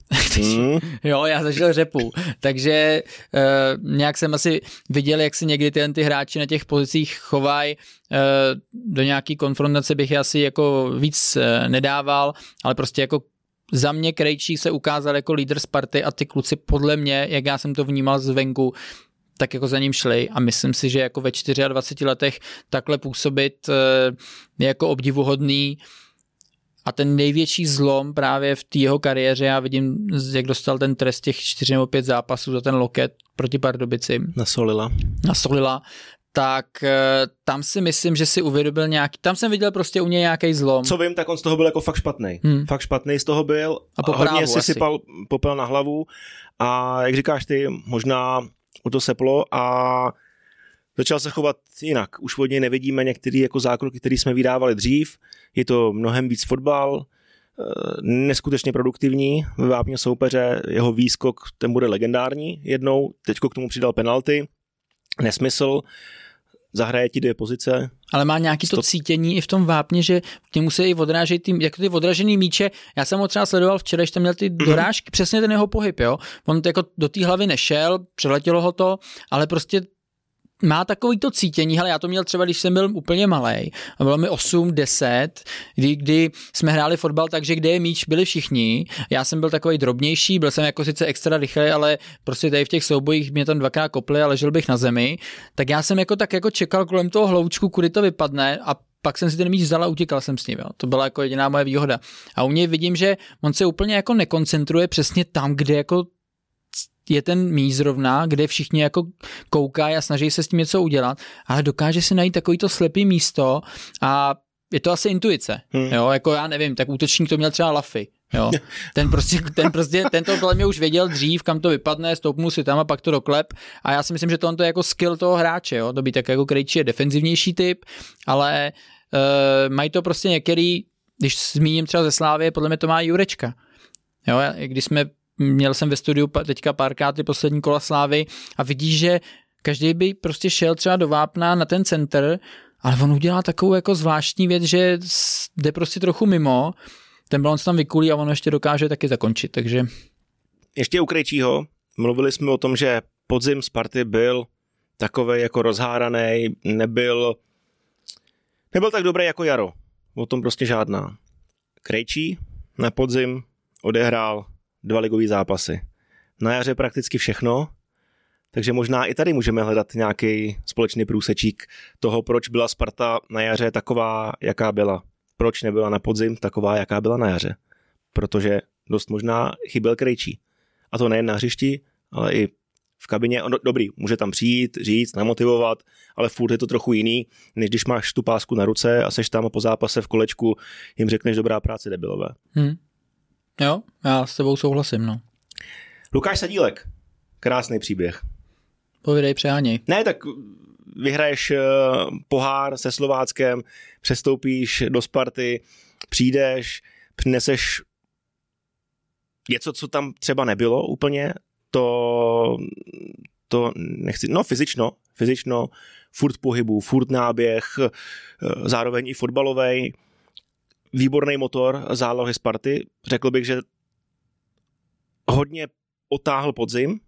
Speaker 1: Jo, já zažil řepu. Takže nějak jsem asi viděl, jak se někdy ty hráči na těch pozicích chovají. Do nějaký konfrontace bych je asi jako víc nedával, ale prostě jako za mě Krejčí se ukázal jako lídr Sparty a ty kluci podle mě, jak já jsem to vnímal zvenku, tak jako za ním šli a myslím si, že jako ve 24 letech takhle působit je jako obdivuhodný. A ten největší zlom právě v té jeho kariéře, já vidím, jak dostal ten trest těch 4 nebo 5 zápasů za ten loket proti Pardubicím. Nasolila. Tak tam si myslím, že si uvědomil nějaký, tam jsem viděl prostě u něj nějaký zlom.
Speaker 2: Co vím, tak on z toho byl jako fakt špatný. Fakt špatný z toho byl. A hodně si sypal popel na hlavu a jak říkáš ty, možná u to seplo a začal se chovat jinak. Už od něj nevidíme některé jako zákroky, které jsme vydávali dřív. Je to mnohem víc fotbal, neskutečně produktivní ve vápně soupeře. Jeho výskok, ten bude legendární jednou. Teďko k tomu přidal penalty. Nesmysl. Zahraje ti 2 pozice.
Speaker 1: Ale má nějaký to cítění i v tom vápně, že k němu se i odrážejí jako ty odražený míče. Já jsem ho třeba sledoval včera, když tam měl ty dorážky, přesně ten jeho pohyb, jo. On jako do té hlavy nešel, přeletělo ho to, ale prostě má takový to cítění, hele, já to měl třeba, když jsem byl úplně malej, a bylo mi 8-10, kdy jsme hráli fotbal, takže kde je míč, byli všichni, já jsem byl takový drobnější, byl jsem jako sice extra rychlej, ale prostě tady v těch soubojích mě tam 2krát kopli a ležel bych na zemi, tak já jsem jako tak jako čekal kolem toho hloučku, kudy to vypadne a pak jsem si ten míč vzal a utíkal jsem s ním, jo. To byla jako jediná moje výhoda. A u něj vidím, že on se úplně jako nekoncentruje přesně tam, kde jako je ten míč zrovna, kde všichni jako koukají a snaží se s tím něco udělat, ale dokáže si najít takovýto slepý místo a je to asi intuice, jo, jako já nevím, tak útočník to měl třeba Lafy, jo, ten to podle mě už věděl dřív, kam to vypadne, stoupnul si tam a pak to doklep a já si myslím, že to je jako skill toho hráče, jo, to být tak jako Krejčí je defenzivnější typ, ale mají to prostě některý, když zmíním třeba ze Slávie, podle mě to má Jurečka, jo, měl jsem ve studiu teďka párkrát ty poslední kola Slávy a vidíš, že každý by prostě šel třeba do vápna na ten center, ale on udělá takovou jako zvláštní věc, že jde prostě trochu mimo, ten balon se tam vykulí a on ještě dokáže taky zakončit, takže...
Speaker 2: Ještě u Krejčího, mluvili jsme o tom, že podzim Sparty byl takovej jako rozháraný, nebyl tak dobrý jako jaro, o tom prostě žádná. Krejčí na podzim odehrál 2 ligové zápasy. Na jaře prakticky všechno, takže možná i tady můžeme hledat nějaký společný průsečík toho, proč byla Sparta na jaře taková, jaká byla. Proč nebyla na podzim taková, jaká byla na jaře. Protože dost možná chyběl Krejčí. A to nejen na hřišti, ale i v kabině. Dobrý, může tam přijít, říct, namotivovat, ale furt je to trochu jiný, než když máš tu pásku na ruce a seš tam po zápase v kolečku, jim řekneš dobrá práce, debilové.
Speaker 1: Jo, já s tebou souhlasím, no.
Speaker 2: Lukáš Sadílek, krásný příběh.
Speaker 1: Povídej, přeháněj.
Speaker 2: Ne, tak vyhraješ pohár se Slováckem, přestoupíš do Sparty, přijdeš, přineseš něco, co tam třeba nebylo úplně, to nechci, no fyzično, furt pohybu, furt náběh, zároveň i fotbalovej, výborný motor zálohy Sparty. Řekl bych, že hodně otáhl podzim,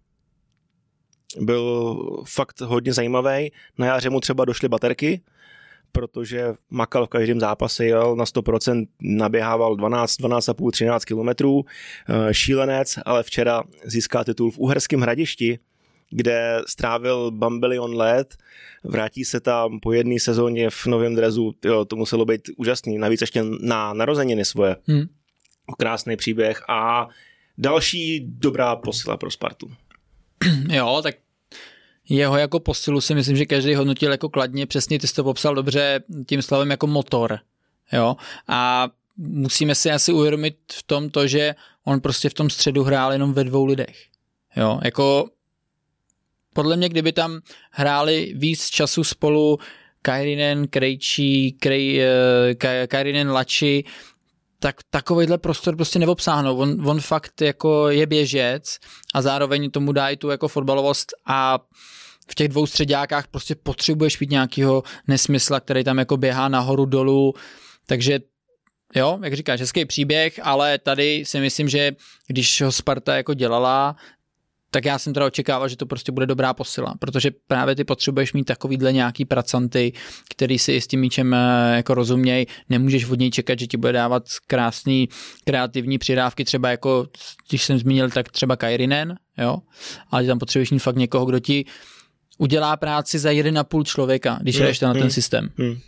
Speaker 2: byl fakt hodně zajímavý. Na jaře mu třeba došly baterky, protože makal v každém zápase, jel na 100%, naběhával 12,5, 13 kilometrů, šílenec, ale včera získá titul v Uherském Hradišti, kde strávil bambilion let, vrátí se tam po jedné sezóně v novém dresu, jo, to muselo být úžasný, navíc ještě na narozeniny svoje. Krásný příběh a další dobrá posila pro Spartu.
Speaker 1: Jo, tak jeho jako posilu si myslím, že každý hodnotil jako kladně, přesně ty jsi to popsal dobře tím slovem jako motor, jo, a musíme si asi uvědomit v tom to, že on prostě v tom středu hrál jenom ve 2 lidech, jo, jako podle mě, kdyby tam hráli víc času spolu Kairinen, Krejčí, Kairinen, Lači, tak takovejhle prostor prostě neobsáhnou. On fakt jako je běžec a zároveň tomu dá i tu jako fotbalovost a v těch 2 středákách prostě potřebuješ mít nějakýho nesmysla, který tam jako běhá nahoru dolů, takže jo, jak říkáš, hezký příběh, ale tady si myslím, že když ho Sparta jako dělala, tak já jsem teda očekával, že to prostě bude dobrá posila, protože právě ty potřebuješ mít takovýhle nějaký pracanty, který si i s tím míčem jako rozuměj, nemůžeš od něj čekat, že ti bude dávat krásný kreativní přidávky, třeba jako, když jsem zmínil, tak třeba Kairinen, jo, ale tam potřebuješ mít fakt někoho, kdo ti udělá práci za 1,5 člověka, když jdeš na ten systém.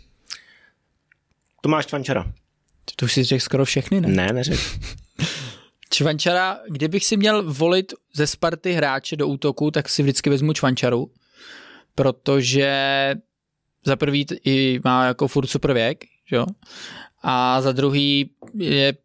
Speaker 2: Tomáš Čvančara.
Speaker 1: To už si řekl skoro všechny, ne?
Speaker 2: Ne, neřekl.
Speaker 1: Čvančara, kdybych si měl volit ze Sparty hráče do útoku, tak si vždycky vezmu Čvančaru, protože za prvý má jako furt super věk, jo? A za druhý je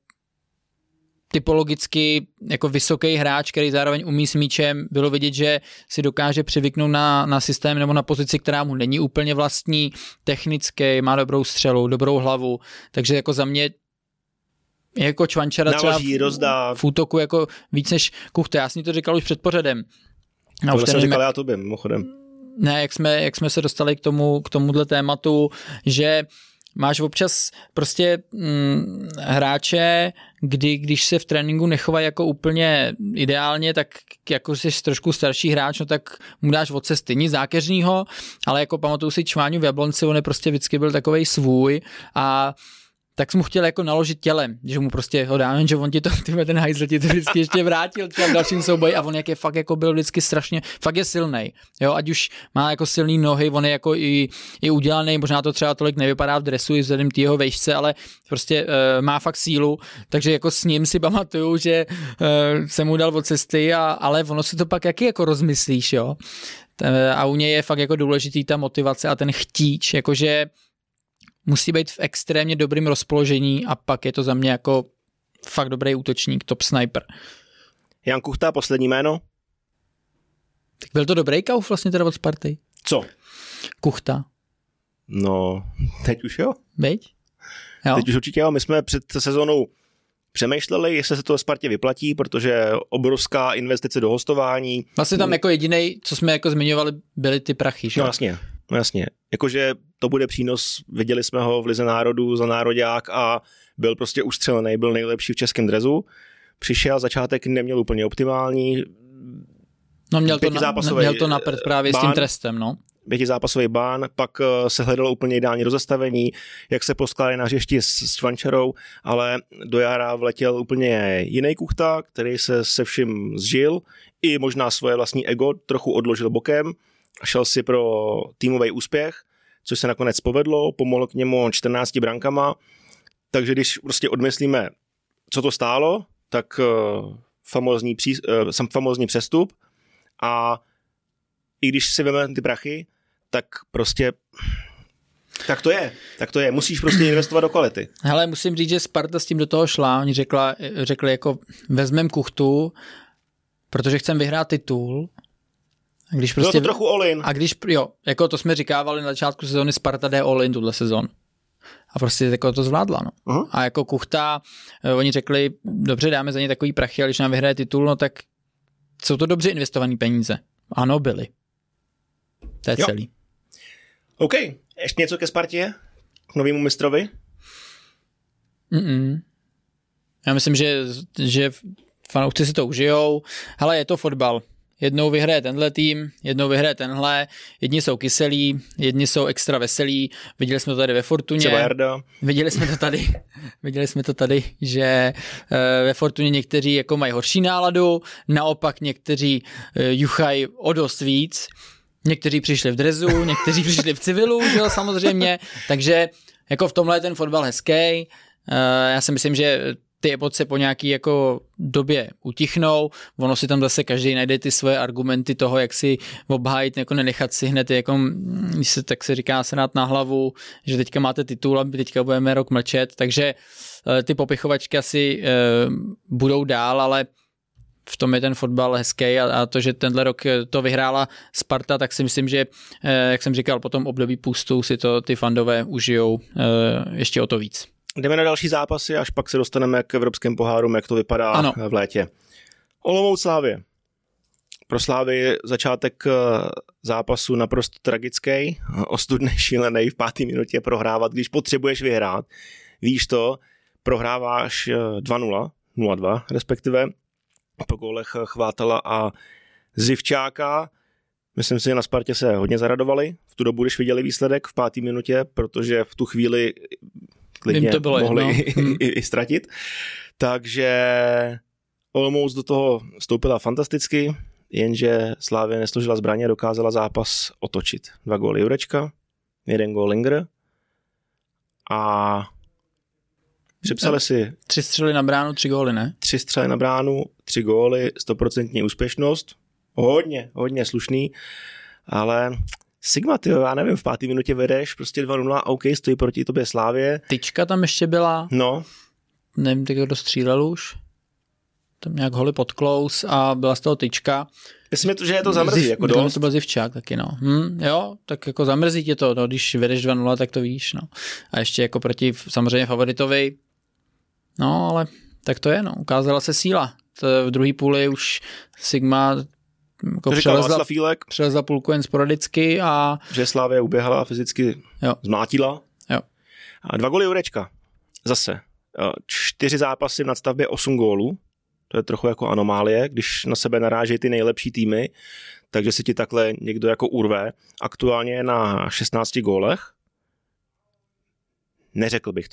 Speaker 1: typologicky jako vysoký hráč, který zároveň umí s míčem, bylo vidět, že si dokáže přivyknout na systém nebo na pozici, která mu není úplně vlastní, technicky, má dobrou střelu, dobrou hlavu, takže jako za mě jako Čvančara třeba v útoku jako víc než Kuchta. Já jsem to říkal už před pořadem.
Speaker 2: To jsem říkal já tobě, mimochodem.
Speaker 1: Ne, jak jsme se dostali k tomuhle tématu, že máš občas prostě hráče, když se v tréninku nechovají jako úplně ideálně, tak jako jsi trošku starší hráč, no tak mu dáš od cesty. Nic zákeřního, ale jako pamatuju si Čváňu v Jablonci, on je prostě vždycky byl takovej svůj a tak jsem mu chtěl jako naložit tělem, že mu prostě ho dám, že on ti to, ten hajzl ti to vždycky ještě vrátil třeba v dalším souboji a on jak je fakt jako byl vždycky strašně, fakt je silnej, jo, ať už má jako silný nohy, on je jako i udělaný, možná to třeba tolik nevypadá v dresu i vzhledem té jeho vejšce, ale prostě má fakt sílu, takže jako s ním si pamatuju, že jsem mu dal od cesty, ale ono si to pak jaký jako rozmyslíš, jo, a u něj je fakt jako důležitý ta motivace a ten chtíč, jakože musí být v extrémně dobrým rozpoložení a pak je to za mě jako fakt dobrý útočník, top sniper.
Speaker 2: Jan Kuchta, poslední jméno?
Speaker 1: Tak byl to dobrý kauf vlastně teda od Sparty.
Speaker 2: Co?
Speaker 1: Kuchta.
Speaker 2: No, teď už jo.
Speaker 1: Byť? Jo.
Speaker 2: Teď už určitě jo. My jsme před sezónou přemýšleli, jestli se to Spartě vyplatí, protože obrovská investice do hostování.
Speaker 1: Vlastně tam jako jedinej, co jsme jako zmiňovali, byly ty prachy, že?
Speaker 2: No jasně. Jakože to bude přínos, viděli jsme ho v Lize národů za nároďák a byl prostě ustřelený, byl nejlepší v českém dresu. Přišel, začátek neměl úplně optimální.
Speaker 1: No měl to na prd právě s tím trestem, no.
Speaker 2: 5zápasový bán, pak se hledalo úplně ideální rozestavení, jak se poskládají na hřišti s Čvančarou, ale do jara vletěl úplně jiný Kuchta, který se vším zžil, i možná svoje vlastní ego trochu odložil bokem a šel si pro týmový úspěch, což se nakonec povedlo, pomohlo k němu 14 brankama, takže když prostě odmyslíme, co to stálo, tak famózní přestup a i když si vezmeme ty prachy, tak prostě tak to je. Musíš prostě investovat do kvality.
Speaker 1: Hele, musím říct, že Sparta s tím do toho šla. Oni řekli jako vezmem Kuchtu, protože chcem vyhrát titul. A když prostě,
Speaker 2: bylo to trochu all-in.
Speaker 1: A když, jo, jako to jsme říkávali na začátku sezóny, Sparta jde all-in tuhle sezónu. A prostě jako to zvládla. No. Uh-huh. A jako Kuchta, oni řekli, dobře, dáme za ně takový prachy, ale když nám vyhraje titul, no tak jsou to dobře investované peníze. Ano, byly. To je celý.
Speaker 2: OK. Ještě něco ke Spartě? K novému mistrovi?
Speaker 1: Já myslím, že fanoušci si to užijou. Hele, je to fotbal. Jednou vyhraje tenhle tým, jednou vyhraje tenhle. Jedni jsou kyselí, jedni jsou extra veselí. Viděli jsme to tady ve Fortuně.
Speaker 2: Třeba Jarda.
Speaker 1: Viděli jsme to tady, že ve Fortuně někteří jako mají horší náladu, naopak někteří juchají o dost víc. Někteří přišli v dresu, někteří přišli v civilu, jo, samozřejmě. Takže jako v tomhle je ten fotbal hezký. Já si myslím, že ty emoce po nějaký jako době utichnou, ono si tam zase každý najde ty svoje argumenty toho, jak si obhájit, jako nenechat si hned, jako, tak se říká, srát na hlavu, že teďka máte titul a teďka budeme rok mlčet, takže ty popichovačky asi budou dál, ale v tom je ten fotbal hezký a to, že tenhle rok to vyhrála Sparta, tak si myslím, že, jak jsem říkal, po tom období pustu si to ty fandové užijou ještě o to víc.
Speaker 2: Jdeme na další zápasy, až pak se dostaneme k evropským pohárům, jak to vypadá ano. V létě. Olomouc Slavie. Pro Slávy začátek zápasu naprosto tragický, ostudný, šílený v 5. minutě prohrávat, když potřebuješ vyhrát. Víš to, prohráváš 2-0, 0-2 respektive, po gólech Chvátala a Zivčáka. Myslím si, že na Spartě se hodně zaradovali v tu dobu, když viděli výsledek v 5. minutě, protože v tu chvíli klidně to bylo mohli i ztratit. Takže Olomouc do toho vstoupila fantasticky, jenže Slavie nesložila zbraně, dokázala zápas otočit. 2 góly Jurečka, 1 gól Linger a připsali si
Speaker 1: 3 střely na bránu, 3 góly, ne?
Speaker 2: 3 střely na bránu, 3 góly, 100% úspěšnost. Hodně slušný, ale Sigma, tyjo, já nevím, v 5. minutě vedeš, prostě 2-0, OK, stojí proti tobě Slávie.
Speaker 1: Tyčka tam ještě byla.
Speaker 2: No.
Speaker 1: Nevím, kdo dostřílel už. Tam nějak holy pod close a byla z toho tyčka.
Speaker 2: Myslím, že je to zamrzí, jako dost.
Speaker 1: To byl Zivčák taky, no. Jo, tak jako zamrzí tě to, no, když vedeš 2-0, tak to víš, no. A ještě jako proti samozřejmě favoritovi, no, ale tak to je, no. Ukázala se síla. V druhé půli už Sigma jako přelezla půlku jen sporadicky a...
Speaker 2: Že Slávia uběhala a fyzicky zmlátila.
Speaker 1: Jo.
Speaker 2: A 2 góly Jurečka. Zase. 4 zápasy v nadstavbě, 8 gólů. To je trochu jako anomálie, když na sebe narážejí ty nejlepší týmy, takže si ti takhle někdo jako urve. Aktuálně je na 16 gólech. Neřekl bych to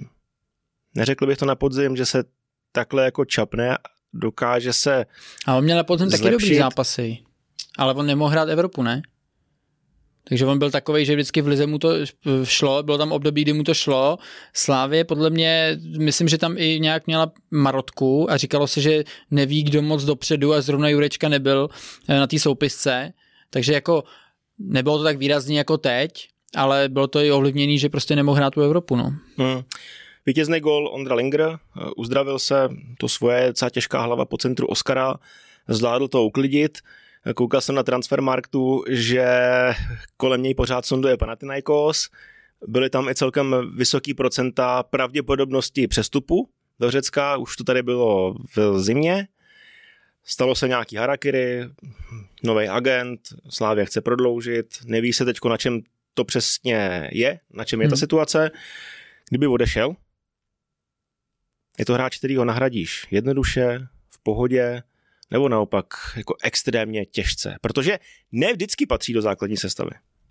Speaker 2: na podzim, že se takhle jako čapne, dokáže se
Speaker 1: a on měl na podzim
Speaker 2: taky
Speaker 1: dobrý zápasy, ale on nemohl hrát Evropu, ne? Takže on byl takovej, že vždycky v lize mu to šlo, bylo tam období, kdy mu to šlo. Slávie podle mě, myslím, že tam i nějak měla marotku a říkalo se, že neví, kdo moc dopředu a zrovna Jurečka nebyl na té soupisce, takže jako nebylo to tak výrazný jako teď, ale bylo to i ovlivněný, že prostě nemohl hrát tu Evropu, no.
Speaker 2: Vítězný gól Ondra Linger, uzdravil se, to svoje docela těžká hlava po centru Oskara, zvládl to uklidit. Koukal jsem na Transfermarktu, že kolem něj pořád sonduje Panathinaikos, byly tam i celkem vysoký procenta pravděpodobnosti přestupu do Řecka, už to tady bylo v zimě. Stalo se nějaký harakiri, nový agent, Slavia chce prodloužit, neví se teďko, na čem to přesně je, na čem je ta situace. Kdyby odešel, je to hráč, který ho nahradíš jednoduše, v pohodě, nebo naopak jako extrémně těžce, protože ne vždycky patří do základní sestavy.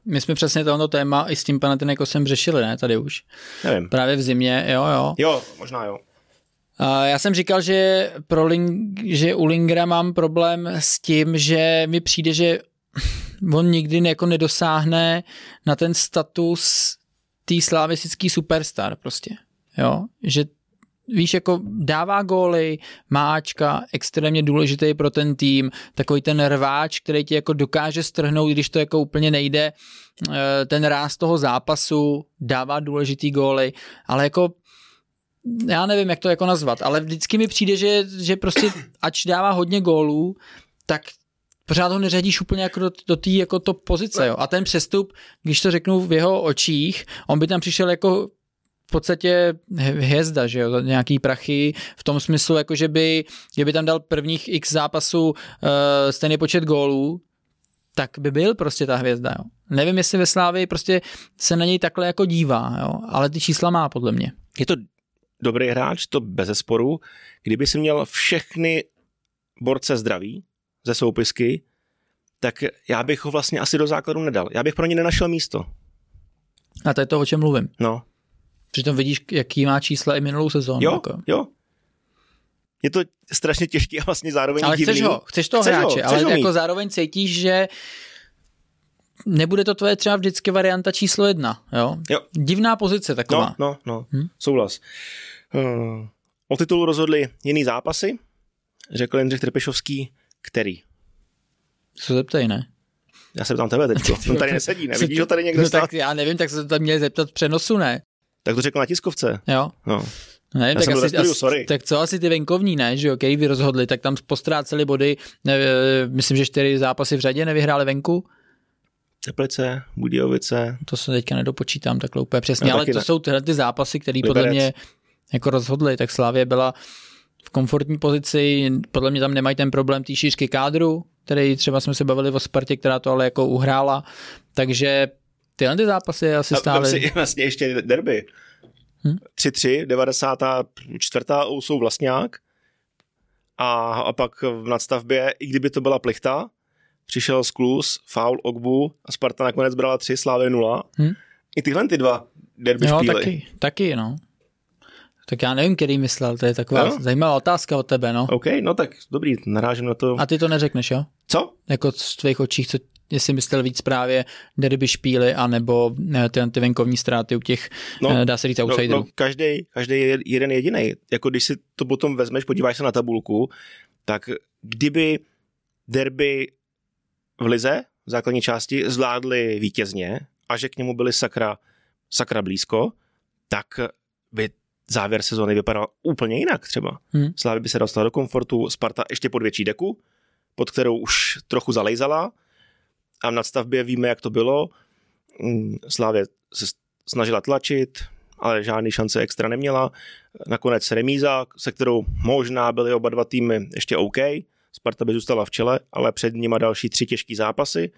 Speaker 1: my jsme přesně tohoto téma i s tím Panathinaikosem řešili, ne, tady už.
Speaker 2: Nevím.
Speaker 1: Právě v zimě, jo.
Speaker 2: Jo, možná jo.
Speaker 1: Já jsem říkal, že že u Lingera mám problém s tím, že mi přijde, že on nikdy jako nedosáhne na ten status tý slavistický superstar prostě, jo, že víš, jako dává góly, máčka, extrémně důležitý pro ten tým, takový ten rváč, který ti jako dokáže strhnout, když to jako úplně nejde, ten ráz toho zápasu, dává důležitý góly, ale jako já nevím, jak to jako nazvat, ale vždycky mi přijde, že prostě ač dává hodně gólů, tak pořád ho neřadíš úplně jako do té jako top pozice, jo. A ten přestup, když to řeknu v jeho očích, on by tam přišel jako v podstatě hvězda, že jo, nějaký prachy, v tom smyslu, jako že by tam dal prvních x zápasů stejný počet gólů, tak by byl prostě ta hvězda, jo. Nevím, jestli ve Slávii prostě se na něj takhle jako dívá, jo, ale ty čísla má podle mě.
Speaker 2: Je to dobrý hráč, to bezesporu. Kdyby si měl všechny borce zdraví ze soupisky, tak já bych ho vlastně asi do základu nedal. Já bych pro ně nenašel místo.
Speaker 1: A to je to, o čem mluvím.
Speaker 2: No.
Speaker 1: Přitom vidíš, jaký má čísla i minulou sezónu.
Speaker 2: Jo,
Speaker 1: jako.
Speaker 2: jo. Je to strašně těžký a vlastně zároveň
Speaker 1: ale
Speaker 2: divný.
Speaker 1: Chceš toho hráče, ale jako zároveň cítíš, že nebude to tvoje třeba vždycky varianta číslo 1, jo? Divná pozice taková.
Speaker 2: No. Souhlas. O titulu rozhodli jiný zápasy, řekl Jindřich Trpišovský, který?
Speaker 1: Co zeptej, ne?
Speaker 2: Já se ptám tebe teďko, on tady nesedí, ne? Vidíš ho tady někdo stát?
Speaker 1: Tak já nevím, tak se to tam měli zeptat v přenosu, ne?
Speaker 2: Tak to řekl na tiskovce.
Speaker 1: Jo.
Speaker 2: No.
Speaker 1: Ne, tak co asi ty venkovní, ne, že jo, který vy rozhodli, tak tam postráceli body, myslím, že 4 zápasy v řadě nevyhráli venku.
Speaker 2: Teplice, Budějovice.
Speaker 1: To se teďka nedopočítám takhle úplně přesně, ale to jsou tyhle ty zápasy, které podle mě jako rozhodly, tak Slavie byla v komfortní pozici, podle mě tam nemají ten problém té šířky kádru, který třeba jsme se bavili o Spartě, která to ale jako uhrála, takže tyhle ty zápasy asi stály.
Speaker 2: Tam si vlastně ještě derby. 3-3, 94. jsou Vlastňák a pak v nadstavbě, i kdyby to byla plichta, přišel Sklus, faul Ogbu a Sparta nakonec brala 3, Slavie 0. I tyhle ty dva derby špíly.
Speaker 1: Taky, no. Tak já nevím, který myslel, to je taková zajímavá otázka od tebe, no.
Speaker 2: OK, no tak dobrý, narážím na to.
Speaker 1: A ty to neřekneš, jo?
Speaker 2: Co?
Speaker 1: Jako z tvých očích, jestli myslel víc právě derby špíly, anebo ty venkovní ztráty u těch, dá se říct, outsiderů.
Speaker 2: No, každý je jeden jedinej. Jako když si to potom vezmeš, podíváš se na tabulku, tak kdyby derby v lize, v základní části, zvládli vítězně a že k němu byli sakra blízko, tak by závěr sezóny vypadal úplně jinak třeba. Slavia by se dostala do komfortu, Sparta ještě pod větší deku, pod kterou už trochu zalejzala a v nadstavbě víme, jak to bylo. Slavia se snažila tlačit, ale žádný šance extra neměla. Nakonec remíza, se kterou možná byly oba dva týmy ještě OK. Sparta by zůstala v čele, ale před nima další 3 těžký zápasy.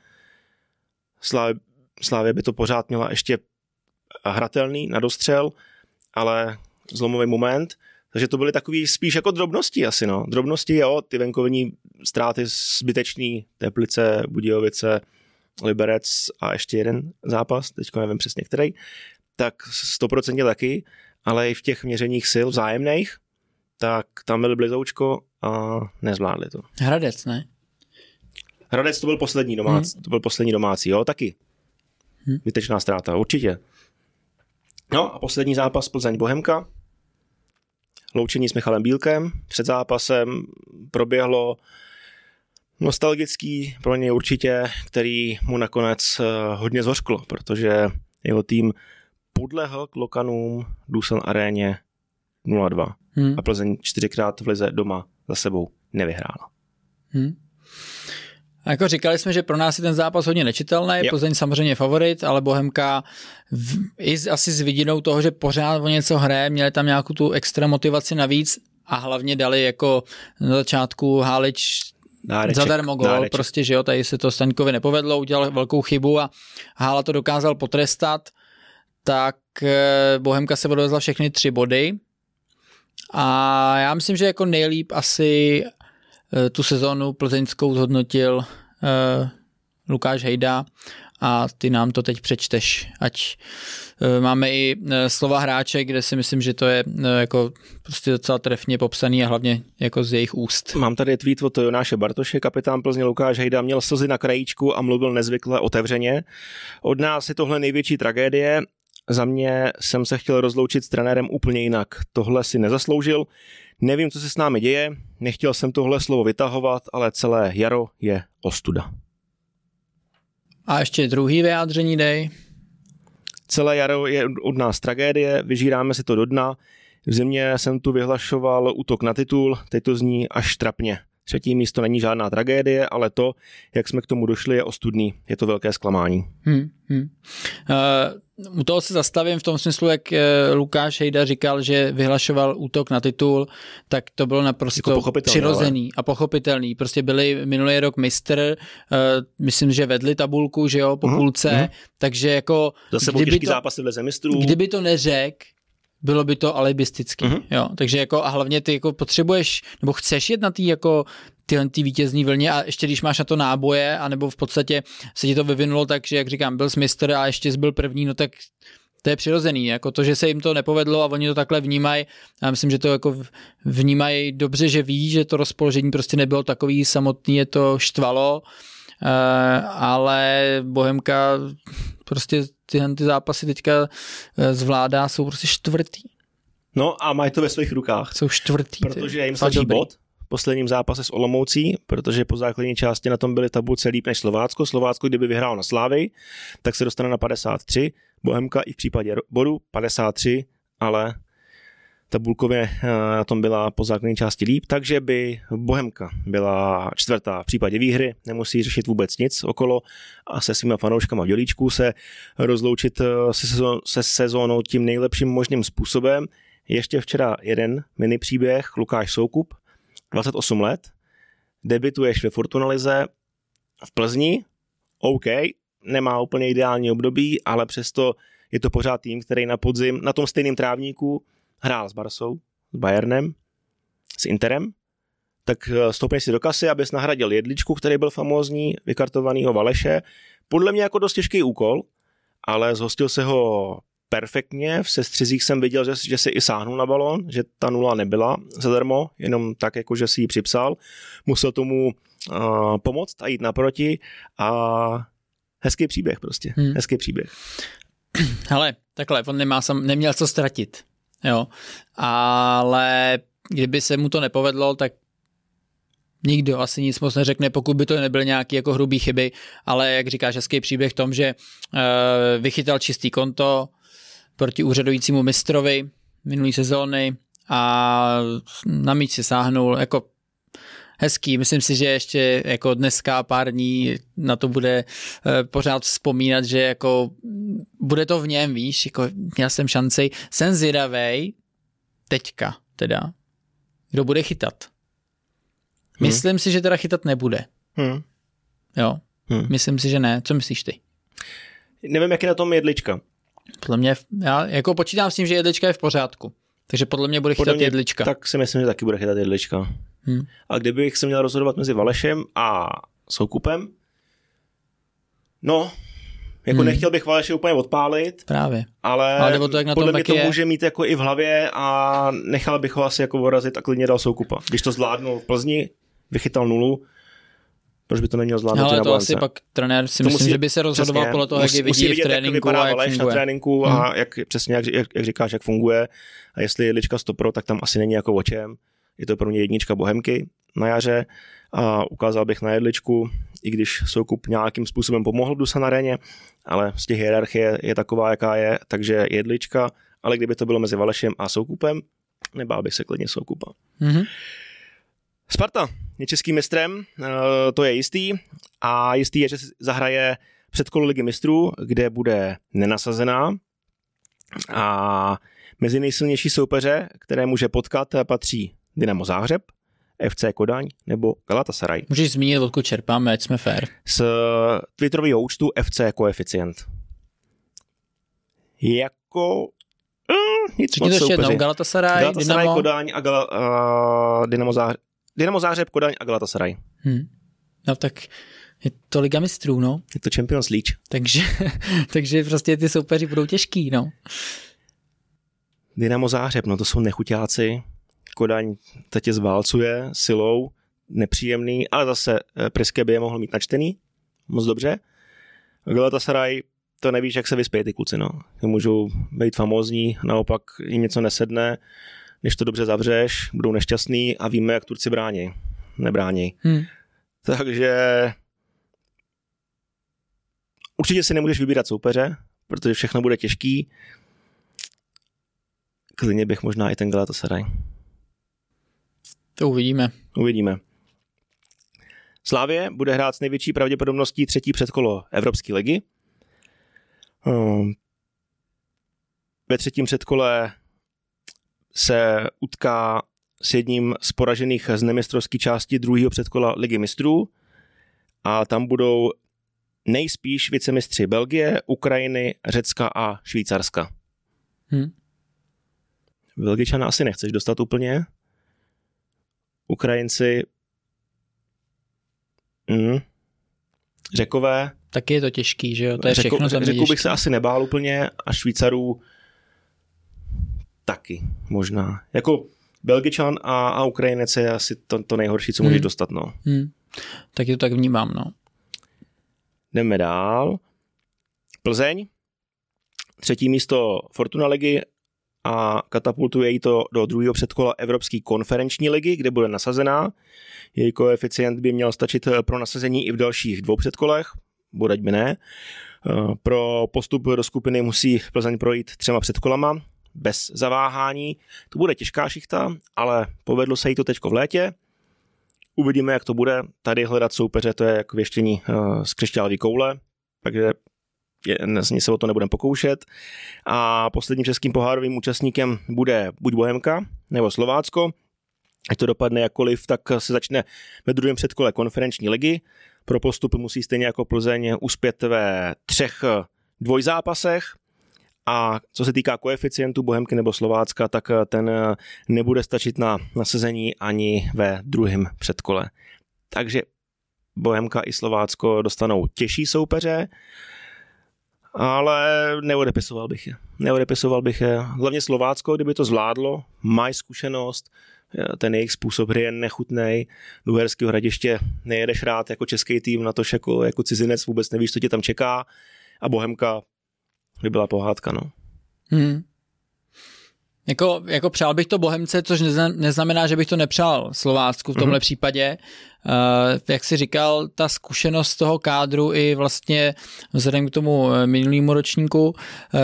Speaker 2: Slavia by to pořád měla ještě hratelný na dostřel, ale zlomový moment. Takže to byly takový spíš jako drobnosti asi, no. Drobnosti, jo, ty venkovní ztráty zbytečný, Teplice, Budějovice, Liberec a ještě jeden zápas, teďko nevím přesně který, tak 100% taky, ale i v těch měřeních sil vzájemných, tak tam byl blizoučko a nezvládli to.
Speaker 1: Hradec, ne?
Speaker 2: Hradec to byl poslední domácí, to byl poslední domácí, jo, taky. Vytečná ztráta, určitě. No a poslední zápas Plzeň-Bohemka. Loučení s Michalem Bílkem. Před zápasem proběhlo nostalgický pro něj určitě, který mu nakonec hodně zhořklo, protože jeho tým podlehl k Lokanům Doosan aréně 0-2 a Plzeň 4krát v lize doma za sebou nevyhrála.
Speaker 1: A jako říkali jsme, že pro nás je ten zápas hodně nečitelný, Plzeň samozřejmě favorit, ale Bohemka asi s vidinou toho, že pořád o něco hraje, měli tam nějakou tu extra motivaci navíc a hlavně dali jako na začátku Hálič zadarmo gól, prostě, že jo, tady se to Staňkovi nepovedlo, udělal velkou chybu a Hála to dokázal potrestat, tak Bohemka se odvezla všechny 3 body a já myslím, že jako nejlíp asi tu sezónu plzeňskou zhodnotil Lukáš Hejda a ty nám to teď přečteš, ať máme i slova hráče, kde si myslím, že to je jako prostě docela trefně popsaný a hlavně jako z jejich úst.
Speaker 2: Mám tady tweet od Jonáše Bartoše, kapitán Plzně Lukáš Hejda měl slzy na krajíčku a mluvil nezvykle otevřeně. Od nás je tohle největší tragédie. Za mě jsem se chtěl rozloučit s trenérem úplně jinak. Tohle si nezasloužil. Nevím, co se s námi děje. Nechtěl jsem tohle slovo vytahovat, ale celé jaro je ostuda.
Speaker 1: A ještě druhý vyjádření dej.
Speaker 2: Celé jaro je od nás tragédie, vyžíráme si to do dna. V zimě jsem tu vyhlašoval útok na titul, teď to zní až trapně. 3. místo není žádná tragédie, ale to, jak jsme k tomu došli, je ostudný. Je to velké zklamání.
Speaker 1: U toho se zastavím v tom smyslu, jak Lukáš Hejda říkal, že vyhlašoval útok na titul, tak to bylo naprosto jako přirozený a pochopitelný. Prostě byli minulý rok mistr, myslím, že vedli tabulku, že jo, po půlce, takže jako...
Speaker 2: Zase byl těžký zápasy v lize mistrů.
Speaker 1: Kdyby to neřekl, bylo by to alibistický, jo, takže jako a hlavně ty jako potřebuješ, nebo chceš jet na tý jako tyhle vítězný vlně a ještě když máš na to náboje, anebo v podstatě se ti to vyvinulo tak, že jak říkám, byl jsi mistr a ještě jsi byl první, no tak to je přirozený, jako to, že se jim to nepovedlo a oni to takhle vnímají, já myslím, že to jako vnímají dobře, že ví, že to rozpoložení prostě nebylo takový samotný, je to štvalo, ale Bohemka prostě tyhle ty zápasy teďka zvládá, jsou prostě čtvrtý.
Speaker 2: No a mají to ve svých rukách.
Speaker 1: Jsou čtvrtý.
Speaker 2: Protože jim stačí bod v posledním zápase s Olomoucí, protože po základní části na tom byly tabulce líp než Slovácko. Slovácko, kdyby vyhrál na Slávy, tak se dostane na 53. Bohemka i v případě bodu 53, ale tabulkově na tom byla po základní části líp, takže by Bohemka byla 4. v případě výhry, nemusí řešit vůbec nic okolo a se svýma fanouškama v dělíčku se rozloučit se sezónou tím nejlepším možným způsobem. Ještě včera jeden mini příběh, Lukáš Soukup, 28 let, debituješ ve Fortuna lize v Plzni, OK, nemá úplně ideální období, ale přesto je to pořád tým, který na podzim na tom stejném trávníku hrál s Barsou, s Bayernem, s Interem, tak stoupneš si do kasy, abys nahradil Jedličku, který byl famózní, vykartovanýho Valeše. Podle mě jako dost těžký úkol, ale zhostil se ho perfektně. V sestřizích jsem viděl, že si i sáhnul na balón, že ta 0 nebyla zadarmo, jenom tak, jako že si ji připsal. Musel tomu pomoct a jít naproti a hezký příběh prostě, hezký příběh.
Speaker 1: Hele, takhle, on neměl co ztratit. Jo, ale kdyby se mu to nepovedlo, tak nikdo asi nic moc neřekne, pokud by to nebyly nějaký jako hrubý chyby, ale jak říkáš, hezký příběh v tom, že vychytal čistý konto proti úřadujícímu mistrovi minulý sezóny a na míč si sáhnul, jako hezký, myslím si, že ještě jako dneska pár dní na to bude pořád vzpomínat, že jako bude to v něm, víš, jako měl jsem šanci, jsem zvědavej teďka teda, kdo bude chytat. Myslím si, že teda chytat nebude. Jo, myslím si, že ne. Co myslíš ty?
Speaker 2: Nevím, jak je na tom Jedlička.
Speaker 1: Podle mě, já jako počítám s tím, že Jedlička je v pořádku. Takže podle mě bude chytat Jedlička.
Speaker 2: Tak si myslím, že taky bude chytat Jedlička. A kdybych se měl rozhodovat mezi Valešem a Soukupem, no, jako nechtěl bych Valeše úplně odpálit.
Speaker 1: Právě.
Speaker 2: Ale
Speaker 1: to, jak na
Speaker 2: podle
Speaker 1: tom
Speaker 2: mě to
Speaker 1: je...
Speaker 2: může mít jako i v hlavě a nechal bych ho asi jako vorazit a klidně dal Soukupa. Když to zvládnul v Plzni, vychytal 0, proč by to neměl zvládnout
Speaker 1: ale
Speaker 2: na
Speaker 1: to
Speaker 2: balance?
Speaker 1: asi pak trenér si myslím, že by se rozhodoval podle toho, jak je vidí v tréninku
Speaker 2: jak
Speaker 1: a jak
Speaker 2: Valeš
Speaker 1: funguje.
Speaker 2: na tréninku a přesně jak říkáš, jak funguje a jestli je Jedlička 100%, tak tam asi není jako o čem. Je to pro mě jednička Bohemky na jaře a ukázal bych na Jedličku, i když Soukup nějakým způsobem pomohl Dusan Aréně, ale z těch hierarchie je taková, jaká je, takže Jedlička, ale kdyby to bylo mezi Valešem a Soukupem, nebál bych se klidně Soukupa. Sparta je českým mistrem, to je jistý a jistý je, že zahraje předkolo Ligy mistrů, kde bude nenasazená a mezi nejsilnější soupeře, které může potkat, patří Dynamo Záhřeb, FC Kodaň nebo Galatasaray.
Speaker 1: Můžeš zmínit, odkud čerpáme, ať jsme fair.
Speaker 2: Z twitterového účtu FC Koeficient. Jako nic moc soupeři.
Speaker 1: Jednou, Galatasaray, Dynamo...
Speaker 2: Kodaň a Dynamo Záhřeb, Kodaň a Galatasaray.
Speaker 1: No tak Je to Liga mistrů, no.
Speaker 2: Je to Champions League.
Speaker 1: Takže prostě ty soupeři budou těžký, no.
Speaker 2: Dynamo Záhřeb, no to jsou nechuťáci. Kodaň tě zválcuje silou, nepříjemný, ale zase Priske by je mohl mít načtený, moc dobře. Galatasaray, to nevíš, jak se vyspějí ty kluci, no. Můžou být famózní, naopak jim něco nesedne, než to dobře zavřeš, budou nešťastný a víme, jak Turci brání. Nebrání. Takže určitě si nemůžeš vybírat soupeře, protože všechno bude těžký. Klidně bych možná i ten Galatasaray.
Speaker 1: To uvidíme.
Speaker 2: Slavie bude hrát s největší pravděpodobností třetí předkolo Evropské ligy. Ve třetím předkole se utká s jedním z poražených z nemistrovské části druhého předkola Ligy mistrů a tam budou nejspíš vicemistři Belgie, Ukrajiny, Řecka a Švýcarska. Belgičana asi nechceš dostat úplně. Ukrajinci Řekové.
Speaker 1: Taky je to těžký, že jo? To je všechno
Speaker 2: Řeků bych se asi nebál úplně a Švýcarů taky možná. Jako Belgičan a Ukrajinec je asi to nejhorší, co můžeš dostat, no.
Speaker 1: Taky to tak vnímám, no.
Speaker 2: Jdeme dál. Plzeň, třetí místo Fortuna ligy a katapultuje jí to do druhého předkola Evropské konferenční ligy, kde bude nasazená. Její koeficient by měl stačit pro nasazení i v dalších dvou předkolech, bodať by ne. Pro postup do skupiny musí Plzeň projít 3 předkolama, bez zaváhání. To bude těžká šichta, ale povedlo se jí to teďko v létě. Uvidíme, jak to bude. Tady hledat soupeře, to je jako věštění z křišťálové koule, takže se o to nebudeme pokoušet. A posledním českým pohárovým účastníkem bude buď Bohemka nebo Slovácko. Ať to dopadne jakkoliv, tak se začne ve druhém předkole konferenční ligy. Pro postup musí stejně jako Plzeň uspět ve 3 dvojzápasech. A co se týká koeficientu Bohemky nebo Slovácka, tak ten nebude stačit na nasazení ani ve druhém předkole. Takže Bohemka i Slovácko dostanou těžší soupeře, ale neodepisoval bych je. Hlavně Slovácko, kdyby to zvládlo, mají zkušenost, ten jejich způsob hry je nechutnej, do Uherského Hradiště nejedeš rád jako český tým, natož jako cizinec vůbec nevíš, co tě tam čeká a Bohemka by byla pohádka, no.
Speaker 1: Jako přál bych to Bohemce, což neznamená, že bych to nepřál Slovácku v tomhle případě. Jak jsi říkal, ta zkušenost toho kádru i vlastně vzhledem k tomu minulému ročníku,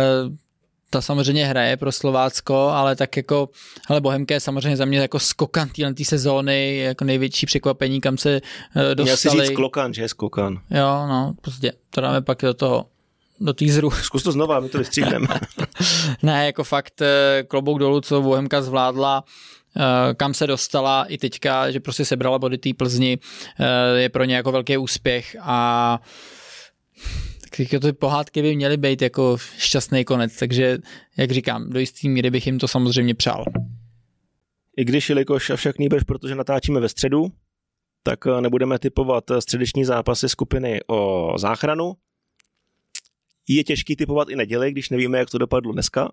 Speaker 1: ta samozřejmě hraje pro Slovácko, ale tak jako, Bohemka je samozřejmě za mě jako skokan té sezóny, jako největší překvapení, kam se dostali.
Speaker 2: Měl si říct klokan, že je skokan.
Speaker 1: Jo, no, prostě to dáme pak do teaseru.
Speaker 2: Zkus to znova, my to vystříhneme.
Speaker 1: Ne, jako fakt klobouk dolů, co Bohemka zvládla, kam se dostala i teďka, že prostě sebrala body té Plzni, je pro ně jako velký úspěch a ty pohádky by měly být jako šťastný konec, takže jak říkám, do jistý míry bych jim to samozřejmě přál.
Speaker 2: I když, jelikož však nýbrž, protože natáčíme ve středu, tak nebudeme tipovat středeční zápasy skupiny o záchranu. Je těžký typovat i neděli, když nevíme, jak to dopadlo dneska,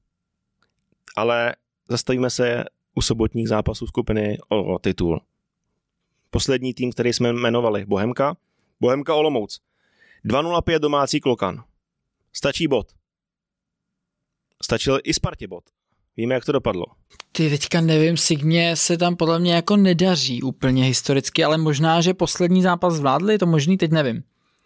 Speaker 2: ale zastavíme se u sobotních zápasů skupiny o titul. Poslední tým, který jsme jmenovali, Bohemka Olomouc. 2:05 domácí Klokan. Stačí bod. Stačil i Spartě bod. Víme, jak to dopadlo.
Speaker 1: Ty teďka nevím, Sigmě se tam podle mě jako nedaří úplně historicky, ale možná, že poslední zápas zvládli, to možný, teď nevím.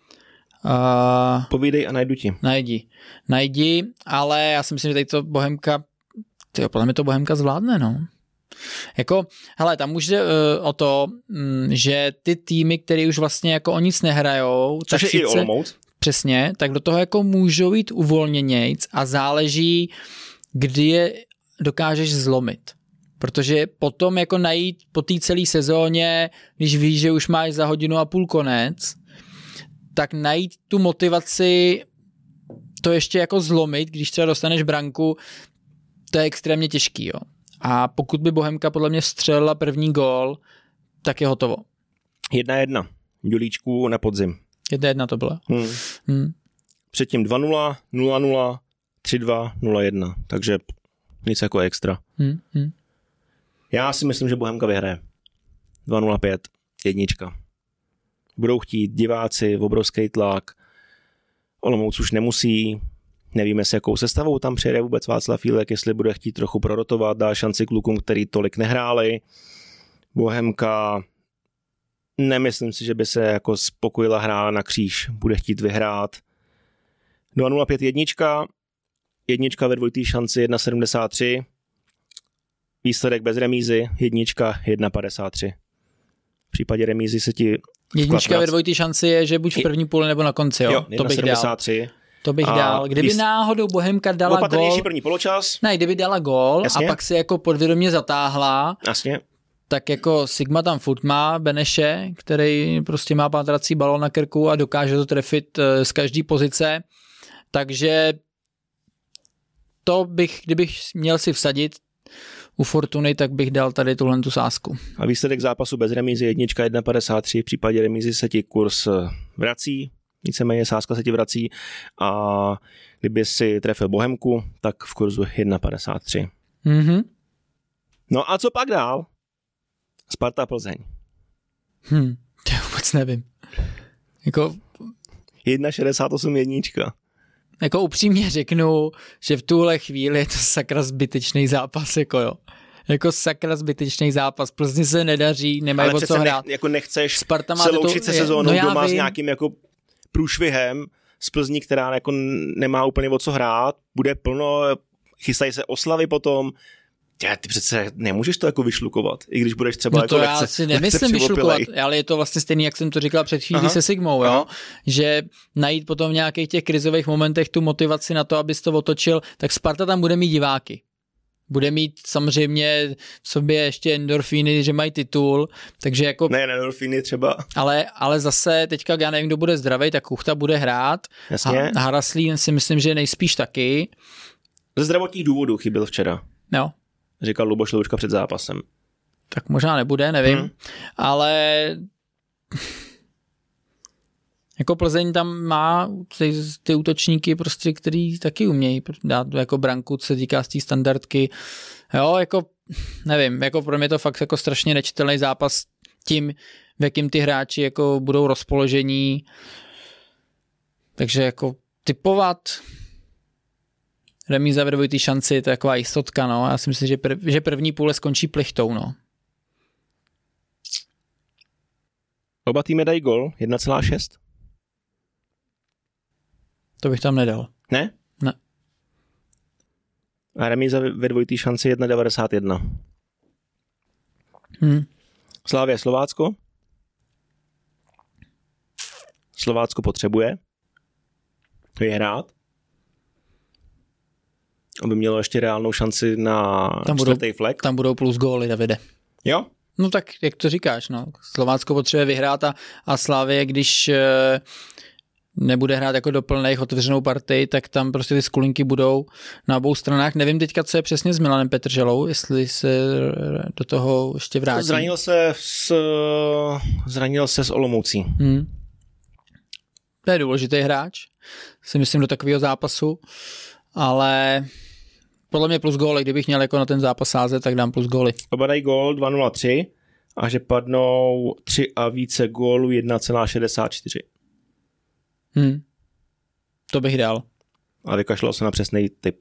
Speaker 2: Povídej a najdu ti.
Speaker 1: Najdi, ale já si myslím, že tady to Bohemka, podle mě to Bohemka zvládne, no. Jako, hele, tam už jde o to, že ty týmy, které už vlastně jako o nic nehrajou,
Speaker 2: což je i Olomouc.
Speaker 1: Přesně, tak do toho jako můžou jít uvolněnějc a záleží, kdy je dokážeš zlomit. Protože potom jako najít po té celé sezóně, když víš, že už máš za 1.5 hodiny konec, tak najít tu motivaci to ještě jako zlomit, když třeba dostaneš branku, to je extrémně těžký, jo. A pokud by Bohemka podle mě vstřelila první gól, tak je hotovo.
Speaker 2: 1:1. Dělíčků na podzim.
Speaker 1: 1-1 to bylo.
Speaker 2: Předtím 2-0, 0-0, 3-2, 0-1. Takže nic jako extra. Já si myslím, že Bohemka vyhraje. 2-0-5, 1. Budou chtít diváci, obrovský tlak. Olomouc už nemusí. Nevíme, s jakou sestavou tam přijede vůbec Václav Fílek, jestli bude chtít trochu prorotovat, dá šanci klukům, který tolik nehráli. Bohemka, nemyslím si, že by se jako spokojila hrála na kříž. Bude chtít vyhrát. 2-0-5, 1. 1 ve dvojitý šanci 1,73. Výsledek bez remízy 1, 1,53. V případě remízy se ti
Speaker 1: 1 ve dvojitý šanci je, že buď v první půli nebo na konci, jo?
Speaker 2: To bych dal.
Speaker 1: To bych dal. Kdyby náhodou Bohemka dala gól...
Speaker 2: první poločas.
Speaker 1: Ne, kdyby dala gól a pak si jako podvědomě zatáhla,
Speaker 2: Jasně.
Speaker 1: tak jako Sigma tam furt má Beneše, který prostě má pátrací balón na krku a dokáže to trefit z každé pozice. Takže to bych, kdybych měl si vsadit u Fortuny, tak bych dal tady tuhle tu sázku.
Speaker 2: A výsledek zápasu bez remízy 1, 1,53. V případě remízy se ti kurz vrací, víceméně sázka se ti vrací a kdyby si trefil Bohemku, tak v kurzu 1,53. No a co pak dál? Sparta Plzeň.
Speaker 1: Já vůbec nevím. Jako
Speaker 2: 1,68 1.
Speaker 1: Jako upřímně řeknu, že v tuhle chvíli je to sakra zbytečný zápas, jako jo. Jako sakra zbytečný zápas. Plzni se nedaří, nemají o co hrát.
Speaker 2: Jako nechceš
Speaker 1: Sparta
Speaker 2: se loučit se sezónou doma
Speaker 1: vím.
Speaker 2: S nějakým jako průšvihem z Plzní, která jako nemá úplně o co hrát. Bude plno, chystají se oslavy potom. Ty přece nemůžeš to jako vyšlukovat, i když budeš třeba jako
Speaker 1: to já si nemyslím vyšlukovat, ale je to vlastně stejný, jak jsem to říkal před chvílí se Sigmou, jo? Že najít potom v nějakých těch krizových momentech tu motivaci na to, abys to otočil, tak Sparta tam bude mít diváky. Bude mít samozřejmě v sobě ještě endorfíny, že mají titul, takže jako...
Speaker 2: Ne, endorfíny třeba.
Speaker 1: Ale zase teďka já nevím, kdo bude zdravý, tak Kuchta bude hrát.
Speaker 2: Jasně.
Speaker 1: A Haraslín si myslím, že nejspíš taky.
Speaker 2: Ze zdravotních důvodů chyběl včera.
Speaker 1: Jo.
Speaker 2: Říkal Luboš Loučka před zápasem.
Speaker 1: Tak možná nebude, nevím. Ale jako Plzeň tam má ty útočníky, prostě, který taky umějí dát jako branku, co se týká z té standardky. Jo, jako nevím, jako pro mě to fakt jako strašně nečitelný zápas tím, v jakým ty hráči jako budou rozpoložení. Takže jako typovat remíza ve dvojitý šanci, to je taková jistotka, no. Já si myslím, že první půle skončí plichtou, no.
Speaker 2: Oba týmy dají gol, 1,6.
Speaker 1: To bych tam nedal.
Speaker 2: Ne?
Speaker 1: Ne.
Speaker 2: A remíza ve dvojitý šanci 1,91. Slavia Slovácko. Slovácko potřebuje vyhrát, aby mělo ještě reálnou šanci na čtvrtý flag.
Speaker 1: Tam budou plus góly, Davide.
Speaker 2: Jo?
Speaker 1: No tak, jak to říkáš, no. Slovácko potřebuje vyhrát a Slavie, když nebude hrát jako do plných otevřenou partii, tak tam prostě ty skulinky budou na obou stranách. Nevím teďka, co je přesně s Milanem Petrželou, jestli se do toho ještě vrátí.
Speaker 2: Zranil se s Olomoucí.
Speaker 1: To je důležitý hráč, si myslím, do takového zápasu, ale podle mě plus góly, kdybych měl jako na ten zápas sázet, tak dám plus góly.
Speaker 2: Oba dají gól 2,03 a že padnou 3 a více gólů 1,64.
Speaker 1: To bych dal.
Speaker 2: A vykašlal se na přesný tip.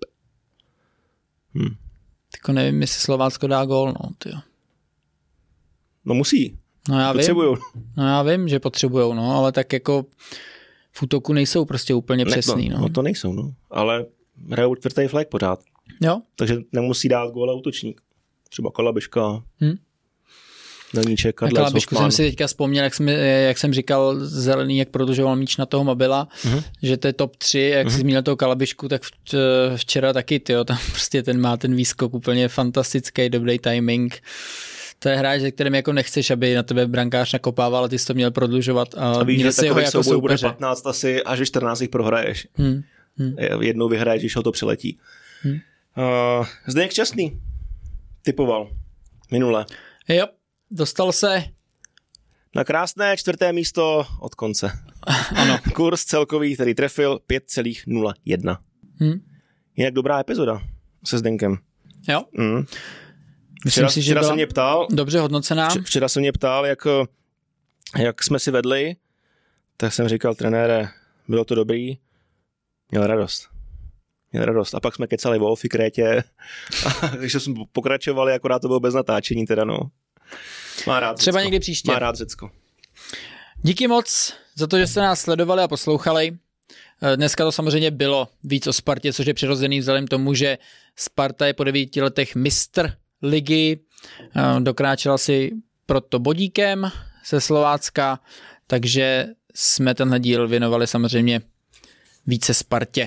Speaker 1: Tyko nevím, jestli Slovácko dá gól, no, tyjo.
Speaker 2: No musí.
Speaker 1: No já
Speaker 2: potřebujou.
Speaker 1: Vím. No já vím, že potřebujou, no, ale tak jako v útoku nejsou prostě úplně přesný, no.
Speaker 2: No to nejsou, no. Ale hrajou čtvrtý flag pořád.
Speaker 1: Jo.
Speaker 2: Takže nemusí dát góla útočník. Třeba Kalabiška, Daníček, Kadlec,
Speaker 1: Kalabišku jsem si teďka vzpomněl, jak jsem říkal, Zelený, jak prodlužoval míč na toho Mabila, že to je top 3, jak jsi zmínil toho Kalabišku, tak včera taky, tyjo, tam prostě ten má ten výskok úplně fantastický, dobrý timing. To je hráč, se kterým jako nechceš, aby na tebe brankář nakopával, a ty jsi to měl prodlužovat a
Speaker 2: víš,
Speaker 1: měl
Speaker 2: že
Speaker 1: si ho jako soupeře.
Speaker 2: Bude 15 asi, až 14 jich prohraješ. Jednou vyhraješ, když ho to přiletí. Zdeněk Šťastný typoval minule.
Speaker 1: Jo, dostal se
Speaker 2: Na krásné 4. místo od konce.
Speaker 1: Ano.
Speaker 2: Kurz celkový, který trefil 5,01. Jinak dobrá epizoda se Zdenkem.
Speaker 1: Jo. Myslím si, že
Speaker 2: včera
Speaker 1: byla
Speaker 2: se mě ptal,
Speaker 1: dobře hodnocená.
Speaker 2: Včera se mě ptal, jak jsme si vedli, tak jsem říkal, trenére, bylo to dobrý, měl radost. A pak jsme kecali o Ofikrétě, takže jsme pokračovali, akorát to bylo bez natáčení teda, no. Má rád
Speaker 1: Třeba
Speaker 2: Řecko.
Speaker 1: někdy příště.
Speaker 2: Má rád Řecko.
Speaker 1: Díky moc za to, že jste nás sledovali a poslouchali. Dneska to samozřejmě bylo víc o Spartě, což je přirozený vzhledem tomu, že Sparta je po 9 letech mistr ligy, dokráčela si proto bodíkem ze Slovácka, takže jsme tenhle díl věnovali samozřejmě více Spartě.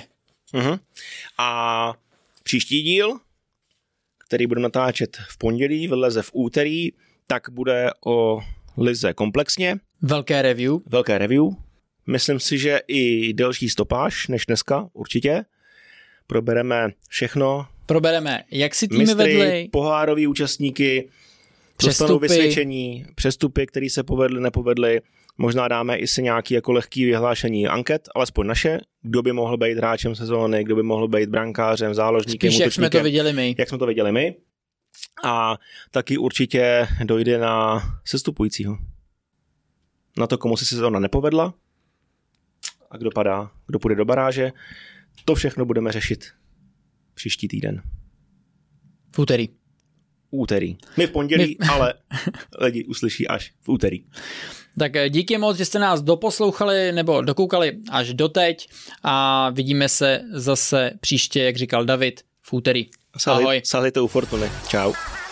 Speaker 2: A příští díl, který budu natáčet v pondělí, vyleze v úterý, tak bude o lize komplexně.
Speaker 1: Velké review.
Speaker 2: Myslím si, že i delší stopáž než dneska, určitě. Probereme všechno.
Speaker 1: Probereme, jak si týmy
Speaker 2: mistry,
Speaker 1: vedly.
Speaker 2: pohárový účastníky, dostanou vysvědčení, přestupy, které se povedly, nepovedly. Možná dáme i si nějaký jako lehký vyhlášení anket, alespoň naše, kdo by mohl být hráčem sezóny, kdo by mohl být brankářem, záložníkem,
Speaker 1: Spíš, jak jsme to viděli my.
Speaker 2: A taky určitě dojde na sestupujícího. Na to, komu se sezóna nepovedla a kdo půjde do baráže. To všechno budeme řešit příští týden.
Speaker 1: V úterý.
Speaker 2: My v pondělí, ale lidi uslyší až v úterý.
Speaker 1: Tak díky moc, že jste nás doposlouchali nebo dokoukali až doteď a vidíme se zase příště, jak říkal David, v úterý.
Speaker 2: Ahoj. Sázejte u Fortuny. Čau.